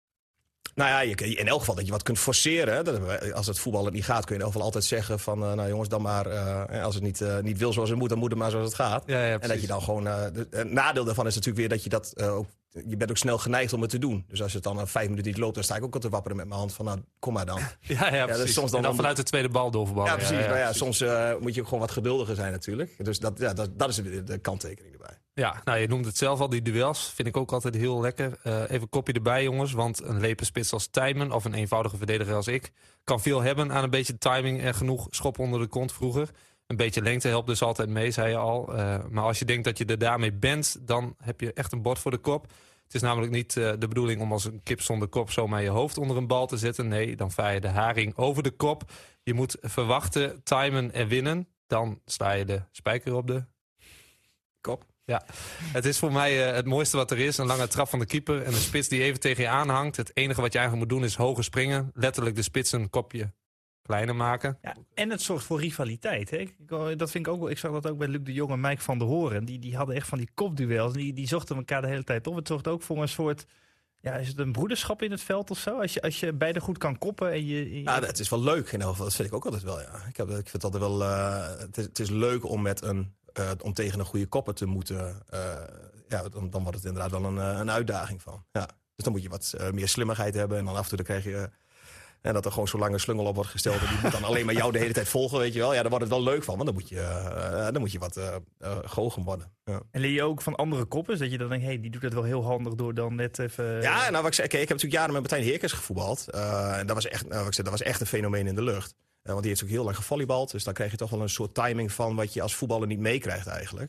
Nou ja, je, in elk geval dat je wat kunt forceren. Dat, als het voetballen niet gaat, kun je in elk geval altijd zeggen van... Uh, nou jongens, dan maar, uh, als het niet, uh, niet wil zoals het moet, dan moet het maar zoals het gaat. Ja, ja, en dat je dan gewoon... Uh, de, het nadeel daarvan is natuurlijk weer dat je dat... Uh, ook, je bent ook snel geneigd om het te doen. Dus als het dan uh, vijf minuten niet loopt, dan sta ik ook al te wapperen met mijn hand van... nou, kom maar dan. Ja, ja, precies. Ja, dus soms dan, en dan vanuit de tweede bal doorverballen. Ja, precies. Ja, ja, maar ja, precies. Soms uh, moet je ook gewoon wat geduldiger zijn natuurlijk. Dus dat, ja, dat, dat is de, de kanttekening erbij. Ja, nou je noemt het zelf al, die duels vind ik ook altijd heel lekker. Uh, even kopje erbij jongens, want een lepenspits als Tijmen... of een eenvoudige verdediger als ik... kan veel hebben aan een beetje timing en genoeg schop onder de kont vroeger. Een beetje lengte helpt dus altijd mee, zei je al. Uh, maar als je denkt dat je er daarmee bent, dan heb je echt een bord voor de kop. Het is namelijk niet uh, de bedoeling om als een kip zonder kop... zomaar je hoofd onder een bal te zetten. Nee, dan vaar je de haring over de kop. Je moet verwachten, timen en winnen. Dan sla je de spijker op de kop. Ja, het is voor mij uh, het mooiste wat er is. Een lange trap van de keeper en een spits die even tegen je aanhangt. Het enige wat je eigenlijk moet doen is hoger springen. Letterlijk de spits een kopje kleiner maken. Ja, en het zorgt voor rivaliteit. Hè? Dat vind ik ook wel. Ik zag dat ook bij Luc de Jong en Mike van der Hoorn. Die, die hadden echt van die kopduels. Die, die zochten elkaar de hele tijd op. Het zorgt ook voor een soort... Ja, is het een broederschap in het veld of zo? Als je, als je beide goed kan koppen en je... je... Ja, het is wel leuk in ieder geval. Dat vind ik ook altijd wel, ja. Ik, heb, ik vind het altijd wel... Uh, het, is, het is leuk om met een... Uh, om tegen een goede kopper te moeten... Uh, ja, dan, dan wordt het inderdaad wel een, uh, een uitdaging van. Ja. Dus dan moet je wat uh, meer slimmigheid hebben. En dan af en toe dan krijg je... Uh, en dat er gewoon zo'n lange slungel op wordt gesteld. En die moet dan alleen maar jou de hele tijd volgen, weet je wel. Ja, daar wordt het wel leuk van. Want dan moet je, uh, dan moet je wat uh, uh, goochem worden. Ja. En leer je ook van andere koppers? Dat je dan denkt, hé, hey, die doet dat wel heel handig door dan net even... Ja, nou wat ik zei, okay, ik heb natuurlijk jaren met Martijn Heerkens gevoetbald. Uh, en dat was, echt, nou, wat ik zei, dat was echt een fenomeen in de lucht. Uh, want die heeft ook heel lang gevolleybald. Dus dan krijg je toch wel een soort timing van wat je als voetballer niet meekrijgt eigenlijk.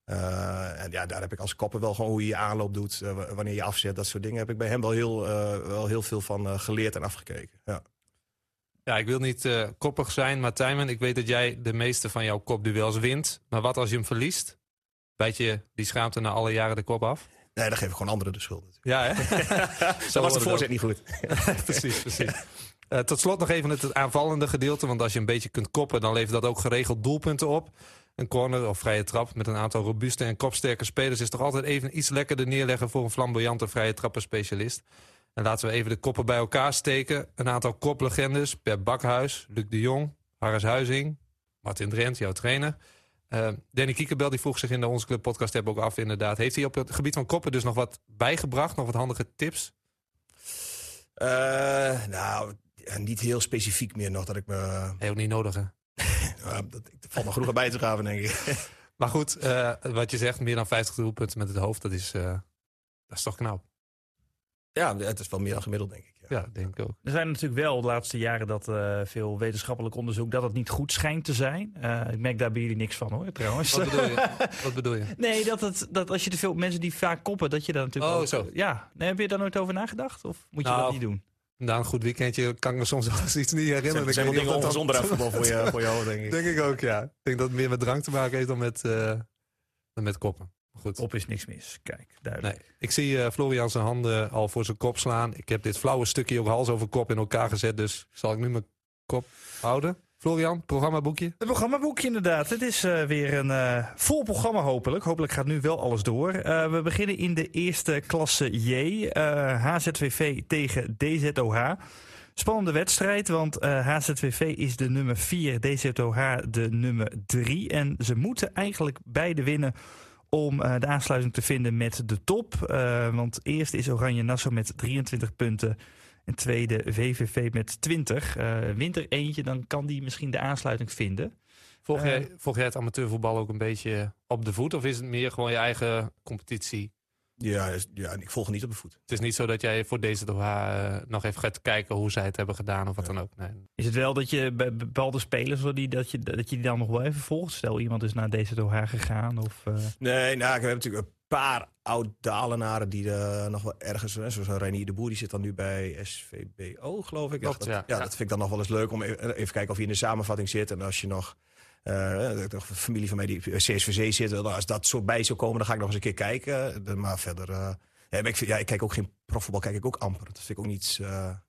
Uh, en ja, daar heb ik als kopper wel gewoon hoe je je aanloop doet. Uh, wanneer je afzet, dat soort dingen. Heb ik bij hem wel heel, uh, wel heel veel van uh, geleerd en afgekeken. Ja. Ja, ik wil niet uh, koppig zijn, maar Tijmen, ik weet dat jij de meeste van jouw kopduels wint. Maar wat als je hem verliest? Bijt je die schaamte na alle jaren de kop af? Nee, dan geef ik gewoon anderen de schuld. Ja, hè? Zo was de voorzet niet goed. precies, precies. Uh, tot slot nog even het aanvallende gedeelte. Want als je een beetje kunt koppen, dan levert dat ook geregeld doelpunten op. Een corner of vrije trap met een aantal robuuste en kopsterke spelers... is toch altijd even iets lekkerder neerleggen voor een flamboyante vrije trappenspecialist. En laten we even de koppen bij elkaar steken. Een aantal koplegendes, Per Bakhuis, Luc de Jong, Harris Huizing, Martin Drent, jouw trainer. Uh, Danny Kiekerbel die vroeg zich in de Onze Club podcast heb ook af inderdaad. Heeft hij op het gebied van koppen dus nog wat bijgebracht? Nog wat handige tips? Uh, nou, niet heel specifiek meer nog dat ik me... Heel niet nodig, hè? nou, dat, dat valt nog genoeg bij te graven, denk ik. Maar goed, uh, wat je zegt, meer dan vijftig doelpunten met het hoofd, dat is, uh, dat is toch knap. Ja, het is wel meer dan gemiddeld, denk ik. Ja, ja denk ik ook. Er zijn natuurlijk wel de laatste jaren dat uh, veel wetenschappelijk onderzoek... dat het niet goed schijnt te zijn. Uh, ik merk daar bij jullie niks van, hoor, trouwens. Wat bedoel je? Wat bedoel je? Nee, dat, het, dat als je te veel mensen die vaak koppen... dat je daar natuurlijk... Oh, ook, zo. Ja, nee, heb je daar nooit over nagedacht? Of moet je nou, dat niet doen? Na een goed weekendje kan ik me soms wel eens iets niet herinneren. Er zijn wel dingen ongezonder uit voetbal voor je, voor je hoofd, denk ik. Denk ik ook, ja. Ik denk dat het meer met drank te maken heeft dan met, uh, dan met koppen. Goed. Op is niks mis. Kijk, duidelijk. Nee. Ik zie uh, Florian zijn handen al voor zijn kop slaan. Ik heb dit flauwe stukje ook hals over kop in elkaar gezet. Dus zal ik nu mijn kop houden? Florian, programmaboekje? Het programmaboekje inderdaad. Het is uh, weer een uh, vol programma hopelijk. Hopelijk gaat nu wel alles door. Uh, we beginnen in de eerste klasse J. Uh, H Z W V tegen D Z O H. Spannende wedstrijd, want uh, H Z W V is de nummer vier, D Z O H de nummer drie. En ze moeten eigenlijk beide winnen om uh, de aansluiting te vinden met de top. Uh, want eerst is Oranje Nassau met drieëntwintig punten. En tweede V V V met twintig. Uh, wint er eentje, dan kan die misschien de aansluiting vinden. Volg jij, Uh, volg jij het amateurvoetbal ook een beetje op de voet? Of is het meer gewoon je eigen competitie? Ja, ja, ik volg het niet op de voet. Het is niet zo dat jij voor D Z O H uh, nog even gaat kijken hoe zij het hebben gedaan of wat ja. dan ook. Nee. Is het wel dat je bij bepaalde spelers die, dat, je, dat je die dan nog wel even volgt? Stel iemand is naar D Z O H gegaan? Of, uh... Nee, nou, ik heb natuurlijk een paar oud-Dalenaren die er nog wel ergens... Hè, zoals Reinier de Boer, die zit dan nu bij S V B O, geloof ik. Klopt, dat, ja. Ja, ja, dat vind ik dan nog wel eens leuk om even, even kijken of je in de samenvatting zit. En als je nog... Uh, de familie van mij die C S V C zit, als dat zo bij zou komen, dan ga ik nog eens een keer kijken. Maar verder... Uh, Ja, maar ik, vind, ja, ik kijk ook geen profvoetbal, kijk ik ook amper. Dat vind ik ook niet. Uh, ben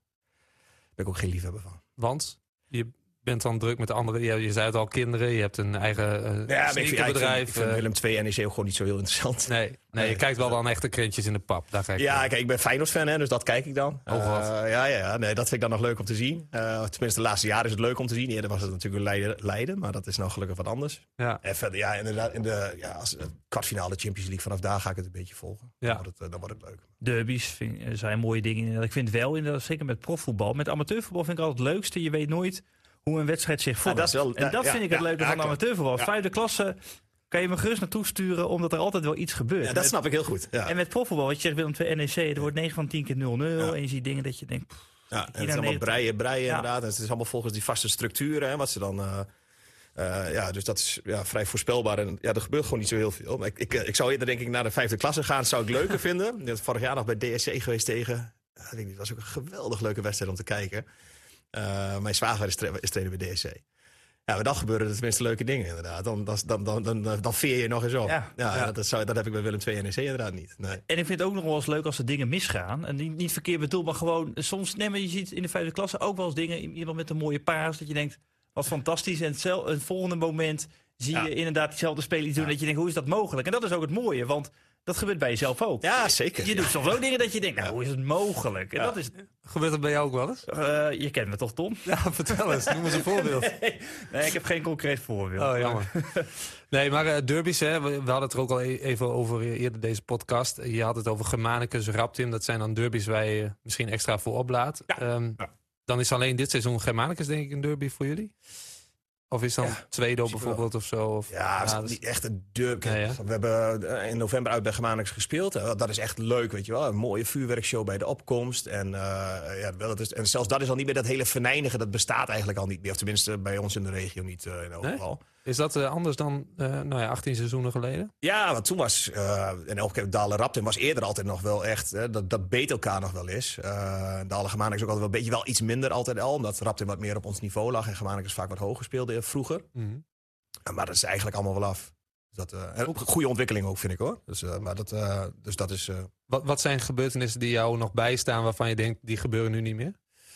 ik ook geen liefhebber van. Want je bent dan druk met de andere. Je, je zei het al, kinderen. Je hebt een eigen uh, ja, sneakerbedrijf. Ik vind, ik vind Willem twee N E C ook gewoon niet zo heel interessant. Nee, nee, nee je kijkt wel dan echt de krentjes in de pap. Daar kijk ja, kijk, ik ben Feyenoord-fan, hè, dus dat kijk ik dan. Oh, uh, ja, ja, ja, nee, dat vind ik dan nog leuk om te zien. Uh, tenminste, de laatste jaren is het leuk om te zien. Eerder was het natuurlijk een Leiden, Leiden, maar dat is nou gelukkig wat anders. Ja. En verder, ja, inderdaad, in de ja, als, uh, kwartfinale Champions League, vanaf daar ga ik het een beetje volgen. Ja. Dan, wordt het, uh, dan wordt het leuk. Derbies vind, zijn mooie dingen. Ik vind wel, inderdaad, zeker met profvoetbal, met amateurvoetbal vind ik altijd het leukste. Je weet nooit hoe een wedstrijd zich vormt. Ja, dat is wel, en dat ja, vind ik ja, het leuke ja, van ja, amateurvoetbal. ja. Vijfde klasse kan je me gerust naartoe sturen, omdat er altijd wel iets gebeurt. Ja, dat met, snap ik heel goed. Ja. En met profvoetbal, wat je zegt Willem twee N E C, er wordt negen van tien keer nul nul. Ja. En je ziet dingen dat je denkt... Pff, Ja, en het is allemaal breien, breien ja. inderdaad. En het is allemaal volgens die vaste structuren. Hè, wat ze dan... Uh, Uh, ja, dus dat is ja, vrij voorspelbaar. En ja, er gebeurt gewoon niet zo heel veel. Maar ik, ik, ik zou eerder denk ik naar de vijfde klasse gaan. Dat zou ik leuker vinden. Ik ben vorig jaar nog bij D S C geweest tegen... Ja, ik weet niet, dat was ook een geweldig leuke wedstrijd om te kijken. Uh, mijn zwager is, tra- is trainer bij D S C. Ja, maar dan gebeuren er tenminste leuke dingen inderdaad. Dan, dan, dan, dan, dan, dan veer je nog eens op. Ja, ja, ja. Dat, zou, dat heb ik bij Willem twee N E C inderdaad niet. Nee. En ik vind het ook nog wel eens leuk als er dingen misgaan. En niet, niet verkeerd bedoeld, maar gewoon... Soms, nee, maar je ziet in de vijfde klasse ook wel eens dingen... Iemand met een mooie paas, dat je denkt... Wat fantastisch. En het, zel, het volgende moment zie je ja. inderdaad diezelfde speler iets doen. Ja. Dat je denkt, hoe is dat mogelijk? En dat is ook het mooie, want dat gebeurt bij jezelf ook. Ja, zeker. Je doet soms ook dingen dat je denkt, nou, ja. hoe is het mogelijk? En ja. dat is... Gebeurt dat bij jou ook wel eens? Uh, je kent me toch, Tom? Ja, vertel eens. Noem eens een voorbeeld. Nee, nee, ik heb geen concreet voorbeeld. Oh, jammer. Nee, maar uh, derbies, hè, we, we hadden het er ook al e- even over eerder deze podcast. Je had het over Germanicus, Raptim. Dat zijn dan derbies waar je misschien extra voor oplaadt. Ja. Um, ja. Dan is alleen dit seizoen Germanicus denk ik een derby voor jullie? Of is dan ja, tweede bijvoorbeeld of zo? Of, ja, ja dat is niet echt een derby. Nee, ja. We hebben in november uit bij Germanicus gespeeld. Dat is echt leuk, weet je wel. Een mooie vuurwerkshow bij de opkomst. En, uh, ja, dat is, en zelfs dat is al niet meer dat hele venijnige. Dat bestaat eigenlijk al niet meer. Of tenminste bij ons in de regio niet uh, in elk geval. Nee? Is dat uh, anders dan uh, nou ja, achttien seizoenen geleden? Ja, want toen was, uh, en elke keer Dalen Raptim was eerder altijd nog wel echt, hè, dat, dat beet elkaar nog wel eens. Uh, Dalen Germanicus ook altijd wel een beetje wel iets minder altijd al, omdat Raptim wat meer op ons niveau lag en Germanicus vaak wat hoger speelde vroeger. Mm-hmm. Uh, maar dat is eigenlijk allemaal wel af. Dat, uh, en ook een goede ontwikkeling ook, vind ik hoor. Dus, uh, maar dat, uh, dus dat is... Uh... Wat, wat zijn gebeurtenissen die jou nog bijstaan waarvan je denkt, die gebeuren nu niet meer?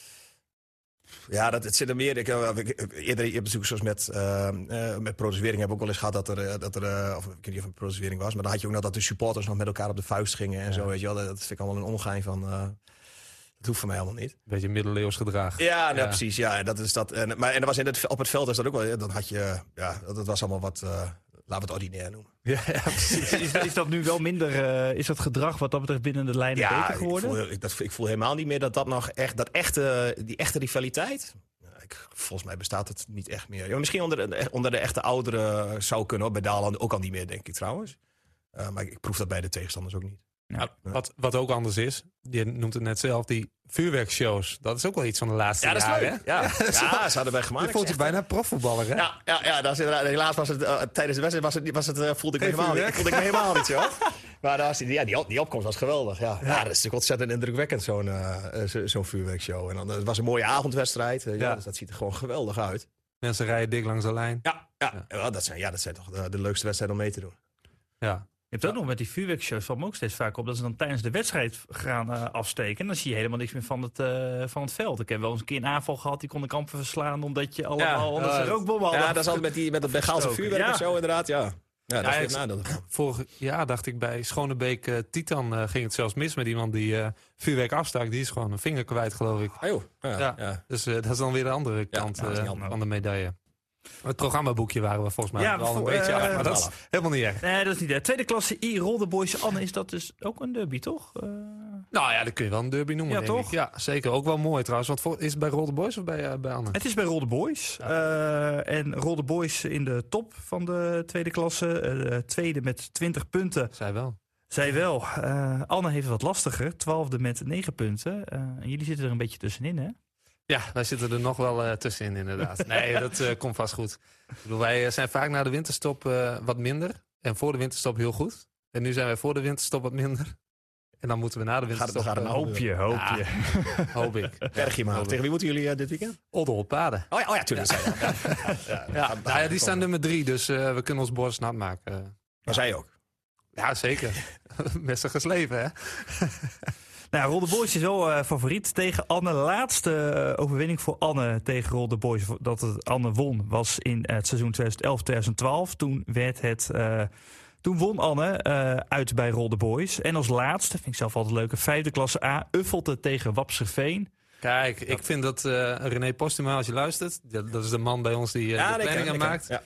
Ja, dat, het zit er meer. Ik, uh, ik, eerder je bezoek zoals met, uh, uh, met protestwering heb ik ook wel eens gehad dat er, uh, dat er uh, of ik weet niet of het protestering was, maar dan had je ook nog dat de supporters nog met elkaar op de vuist gingen en ja. zo, weet je wel. Dat vind ik allemaal een omgaan van. Uh, dat hoeft voor mij allemaal niet. Beetje middeleeuws gedrag. Ja, nou, ja. precies. Ja, dat is dat. En, maar en er was in het, op het veld is dat ook wel. Dan had je, ja, dat, dat was allemaal wat. Uh, Laten we het ordinair noemen. Ja, ja precies. Is, is dat nu wel minder, uh, is dat gedrag wat dat betreft binnen de lijnen ja, beter geworden? Ik voel, ik, dat, ik voel helemaal niet meer dat dat nog echt, dat echte, die echte rivaliteit, ik, volgens mij bestaat het niet echt meer. Ja, misschien onder de, onder de echte ouderen zou kunnen, hoor. Bij Dalen ook al niet meer, denk ik trouwens. Uh, maar ik, ik proef dat bij de tegenstanders ook niet. Ja, wat, wat ook anders is, je noemt het net zelf, die vuurwerkshows. Dat is ook wel iets van de laatste ja, dat is jaren. Leuk. Ja, ja, ja ze hadden bij gemaakt. Je voelt je bijna profvoetballer, hè? Ja, ja, ja dat is helaas was het uh, tijdens de wedstrijd was het, was het, uh, voelde ik me helemaal niet. Voelde ik me helemaal niet zo. Maar daar was die, ja, die, die opkomst was geweldig. Ja, ja. ja dat is natuurlijk ontzettend indrukwekkend, zo'n, uh, zo, zo'n vuurwerkshow. En dan, het was een mooie avondwedstrijd. Uh, ja. Ja, dus dat ziet er gewoon geweldig uit. Mensen rijden dik langs de lijn. Ja, ja. ja. ja dat, zijn, ja dat zijn toch de, de leukste wedstrijden om mee te doen. Ja. Je hebt ook nog met die vuurwerkshows van me ook steeds vaak op dat ze dan tijdens de wedstrijd gaan uh, afsteken. En dan zie je helemaal niks meer van het, uh, van het veld. Ik heb wel eens een keer een aanval gehad die kon de kampen verslaan omdat je allemaal ja, uh, rookbommen hadden. Ja, dat is altijd met, die, met het Bengaalse vuurwerk ja. of zo inderdaad, ja. Ja, dat ja, is nadeel. Vorig jaar dacht ik bij Schonebeek uh, Titan uh, ging het zelfs mis met iemand die uh, vuurwerk afstak. Die is gewoon een vinger kwijt, geloof ik. Ah, joh. Ja, ja. Ja. Dus uh, dat is dan weer de andere kant ja, uh, van de medaille. Het programmaboekje waren we volgens mij ja, wel voor, een beetje uh, af, maar dat is helemaal niet erg. Nee, dat is niet erg. Tweede klasse I, Rolde Boys Anne, is dat dus ook een derby, toch? Uh... Nou ja, dat kun je wel een derby noemen, ja, denk toch? ik. Ja, zeker. Ook wel mooi trouwens. Want voor, is het bij Rolde Boys of bij, uh, bij Anne? Het is bij Rolde Boys. Ja. Uh, en Rolde Boys in de top van de tweede klasse. Uh, tweede met twintig punten. Zij wel. Zij wel. Uh, Anne heeft het wat lastiger. Twaalfde met negen punten. Uh, en jullie zitten er een beetje tussenin, hè? Ja, wij zitten er nog wel uh, tussenin inderdaad. Nee, dat uh, komt vast goed. Ik bedoel, wij zijn vaak na de winterstop uh, wat minder. En voor de winterstop heel goed. En nu zijn wij voor de winterstop wat minder. En dan moeten we na de winterstop... Gaat het, uh, hoop je, hoop ja, je. Hoop ik. Berg je maar. Tegen wie moeten jullie uh, dit weekend? Odderholpaden. Oh ja, oh ja, tuurlijk. Ja, ja, ja, ja, nou ja, die staan nummer drie, dus uh, we kunnen ons borst nat maken. Uh, maar ja. zij ook? Ja, zeker. Messen geslepen, hè? Nou, Rolde Boys is wel uh, favoriet tegen Anne. Laatste uh, overwinning voor Anne tegen Rolde Boys dat het Anne won was in uh, het seizoen twintig elf twintig twaalf. Toen werd het... Uh, Toen won Anne uh, uit bij Rolde Boys. En als laatste, vind ik zelf altijd leuk, vijfde klasse A, Uffelte tegen Wapserveen. Kijk, ik vind dat uh, René Postuma, als je luistert, dat, dat is de man bij ons die uh, ja, de planningen maakt. Ja.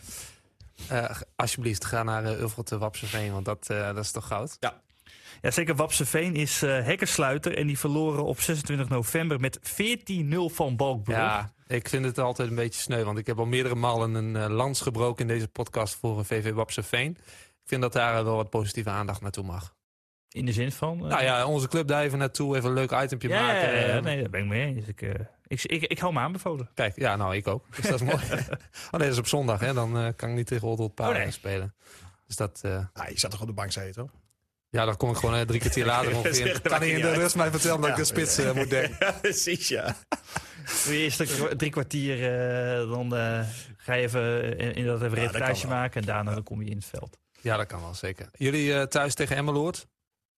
Uh, alsjeblieft, ga naar uh, Uffelte Wapserveen, want dat, uh, dat is toch goud? Ja. Ja, zeker. Wapserveen is uh, hekkensluiter en die verloren op zesentwintig november met veertien nul van Balkbrug. Ja, ik vind het altijd een beetje sneu, want ik heb al meerdere malen een uh, lans gebroken in deze podcast voor V V Wapserveen. Ik vind dat daar wel wat positieve aandacht naartoe mag. In de zin van? Uh... Nou ja, onze club daar even naartoe, even een leuk itempje ja, maken. Ja, ja, nee, daar ben ik mee eens. Ik, uh, ik, ik, ik hou me aanbevolen. Kijk, ja, nou, ik ook. Dus dat is mooi. Oh nee, dat is op zondag, hè. Dan uh, kan ik niet tegen Odderholpaden oh, nee. spelen. Dus dat... Uh... Ah, je zat toch op de bank, zei je toch? Ja, dan kom ik gewoon uh, drie kwartier later ongeveer. Kan hij in de rust mij vertellen dat ja, ik de spits uh, moet denken. Ja, precies, ja. Doe je eerst drie kwartier, uh, dan uh, ga je even in dat even ja, reportage maken en daarna ja. dan kom je in het veld. Ja, dat kan wel, zeker. Jullie uh, thuis tegen Emmeloord?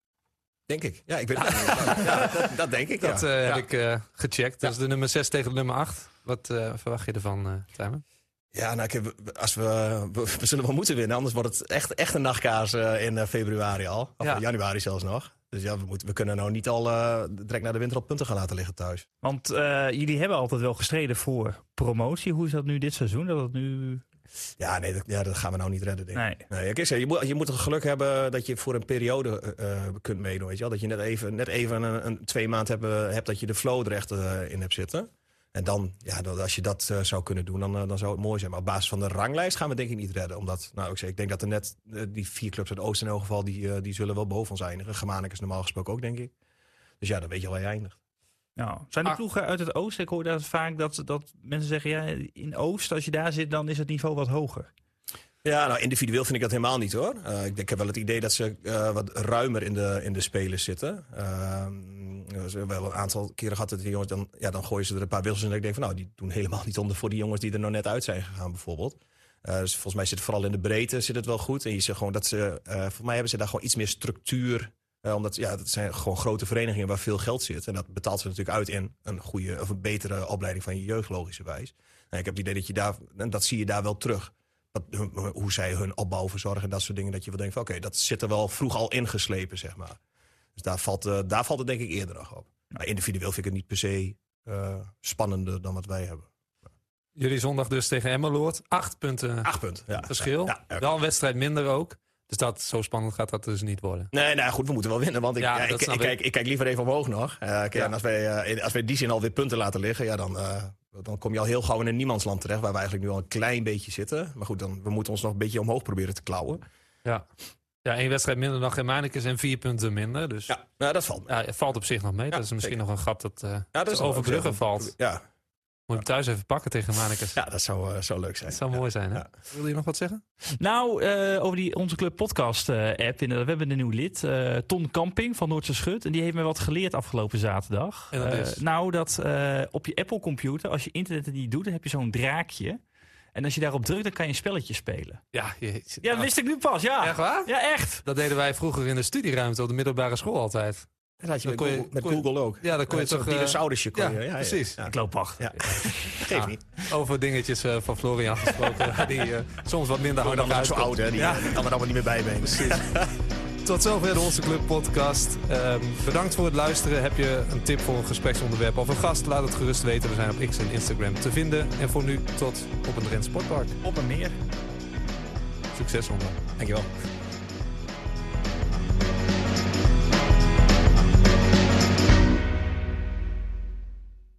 Denk ik. Ja, ik weet het niet. Ja, dat, dat denk ik, Dat ja. uh, ja. heb ik uh, gecheckt. Dat is de nummer zes tegen de nummer acht. Wat uh, verwacht je ervan, uh, Tijmen? Ja, nou, kijk, als we, we, we zullen wel moeten winnen. Anders wordt het echt, echt een nachtkaas uh, in uh, februari al. Of ja. in januari zelfs nog. Dus ja, we, moeten, we kunnen nou niet al uh, direct naar de winter op punten gaan laten liggen thuis. Want uh, jullie hebben altijd wel gestreden voor promotie. Hoe is dat nu dit seizoen? Dat het nu... Ja, nee, dat, ja, dat gaan we nou niet redden, denk ik. Nee. Nee, kijk, je, moet, je moet het geluk hebben dat je voor een periode uh, kunt meedoen. Weet je wel? Dat je net even, net even een, een twee maanden hebt, hebt dat je de flow er echt uh, in hebt zitten. En dan, ja, als je dat uh, zou kunnen doen, dan, uh, dan zou het mooi zijn. Maar op basis van de ranglijst gaan we denk ik niet redden. Omdat, nou, ik, zeg, ik denk dat er net uh, die vier clubs uit Oosten in elk geval, die, uh, die zullen wel boven ons eindigen. Germanicus is normaal gesproken ook, denk ik. Dus ja, dan weet je al waar je eindigt. Nou, zijn er ploegen uit het Oosten? Ik hoor dat vaak dat, dat mensen zeggen, ja, in Oost, als je daar zit, dan is het niveau wat hoger. Ja, nou, individueel vind ik dat helemaal niet, hoor. Uh, ik, ik heb wel het idee dat ze uh, wat ruimer in de, in de spelers zitten. Uh, we hebben wel een aantal keren gehad dat die jongens, dan, ja, dan gooien ze er een paar wissels in. En ik denk van, nou, die doen helemaal niet onder voor die jongens die er nou net uit zijn gegaan, bijvoorbeeld. Uh, dus volgens mij zit het vooral in de breedte zit het wel goed. En je zegt gewoon dat ze, uh, volgens mij hebben ze daar gewoon iets meer structuur. Uh, omdat, ja, dat zijn gewoon grote verenigingen waar veel geld zit. En dat betaalt ze natuurlijk uit in een goede of een betere opleiding van je jeugd, logischerwijs. Nou, ik heb het idee dat je daar, en dat zie je daar wel terug. Wat, hoe zij hun opbouw verzorgen en dat soort dingen. Dat je wel denkt van oké, okay, dat zit er wel vroeg al ingeslepen, zeg maar. Dus daar valt, uh, daar valt het denk ik eerder nog op. Maar individueel vind ik het niet per se uh, spannender dan wat wij hebben. Jullie zondag dus tegen Emmeloord. Acht punten Acht punten, ja. verschil. Ja, ja, wel een wedstrijd minder ook. Dus dat, zo spannend gaat dat dus niet worden. Nee, nou goed, we moeten wel winnen. Want ik, ja, ja, ik, ik, ik, kijk, ik kijk liever even omhoog nog. Uh, kijk, ja. En als wij, uh, als wij in die zin alweer punten laten liggen, ja, dan, uh, dan kom je al heel gauw in een niemandsland terecht. Waar we eigenlijk nu al een klein beetje zitten. Maar goed, dan, we moeten ons nog een beetje omhoog proberen te klauwen. Ja, ja één wedstrijd minder dan Germanicus en vier punten minder. Dus ja, nou, dat valt. Ja, het valt op zich nog mee. Ja, dat is misschien zeker nog een gat dat, uh, ja, dat overbruggen valt. Ja. Moet je hem thuis even pakken tegen Germanicus. Ja, dat zou, uh, zou leuk zijn. Dat zou mooi zijn, hè? Ja. Wil je nog wat zeggen? Nou, uh, over die Onze Club podcast uh, app. We hebben een nieuw lid, uh, Ton Kamping van Noordse Schut. En die heeft me wat geleerd afgelopen zaterdag. En dat is? Uh, nou, dat uh, op je Apple computer, als je internet het niet doet, dan heb je zo'n draakje. En als je daarop drukt, dan kan je een spelletje spelen. Ja, je, Ja, dat wist ik nu pas, ja. Echt waar? Ja, echt. Dat deden wij vroeger in de studieruimte op de middelbare school altijd. Dat had je Dan met, kon je- Google, met kon je- Google ook. Ja, dan kon je Zo'n toch... eh, dinosaurusje kon ja, je. Ja, ja, precies. Ja. Ik loop achter. Ja. Geef Ja, niet. over dingetjes uh, van Florian gesproken. die uh, soms wat minder Gewoon handig dan zo uitkomt. oud, hè? Die Ja. ja. kan er allemaal niet meer bij benen. Precies. Tot zover de Onze Club podcast. Um, bedankt voor het luisteren. Heb je een tip voor een gespreksonderwerp of een gast? Laat het gerust weten. We zijn op X en Instagram te vinden. En voor nu tot op een Drents Sportpark. Op en meer. Succes, Onder. Dankjewel.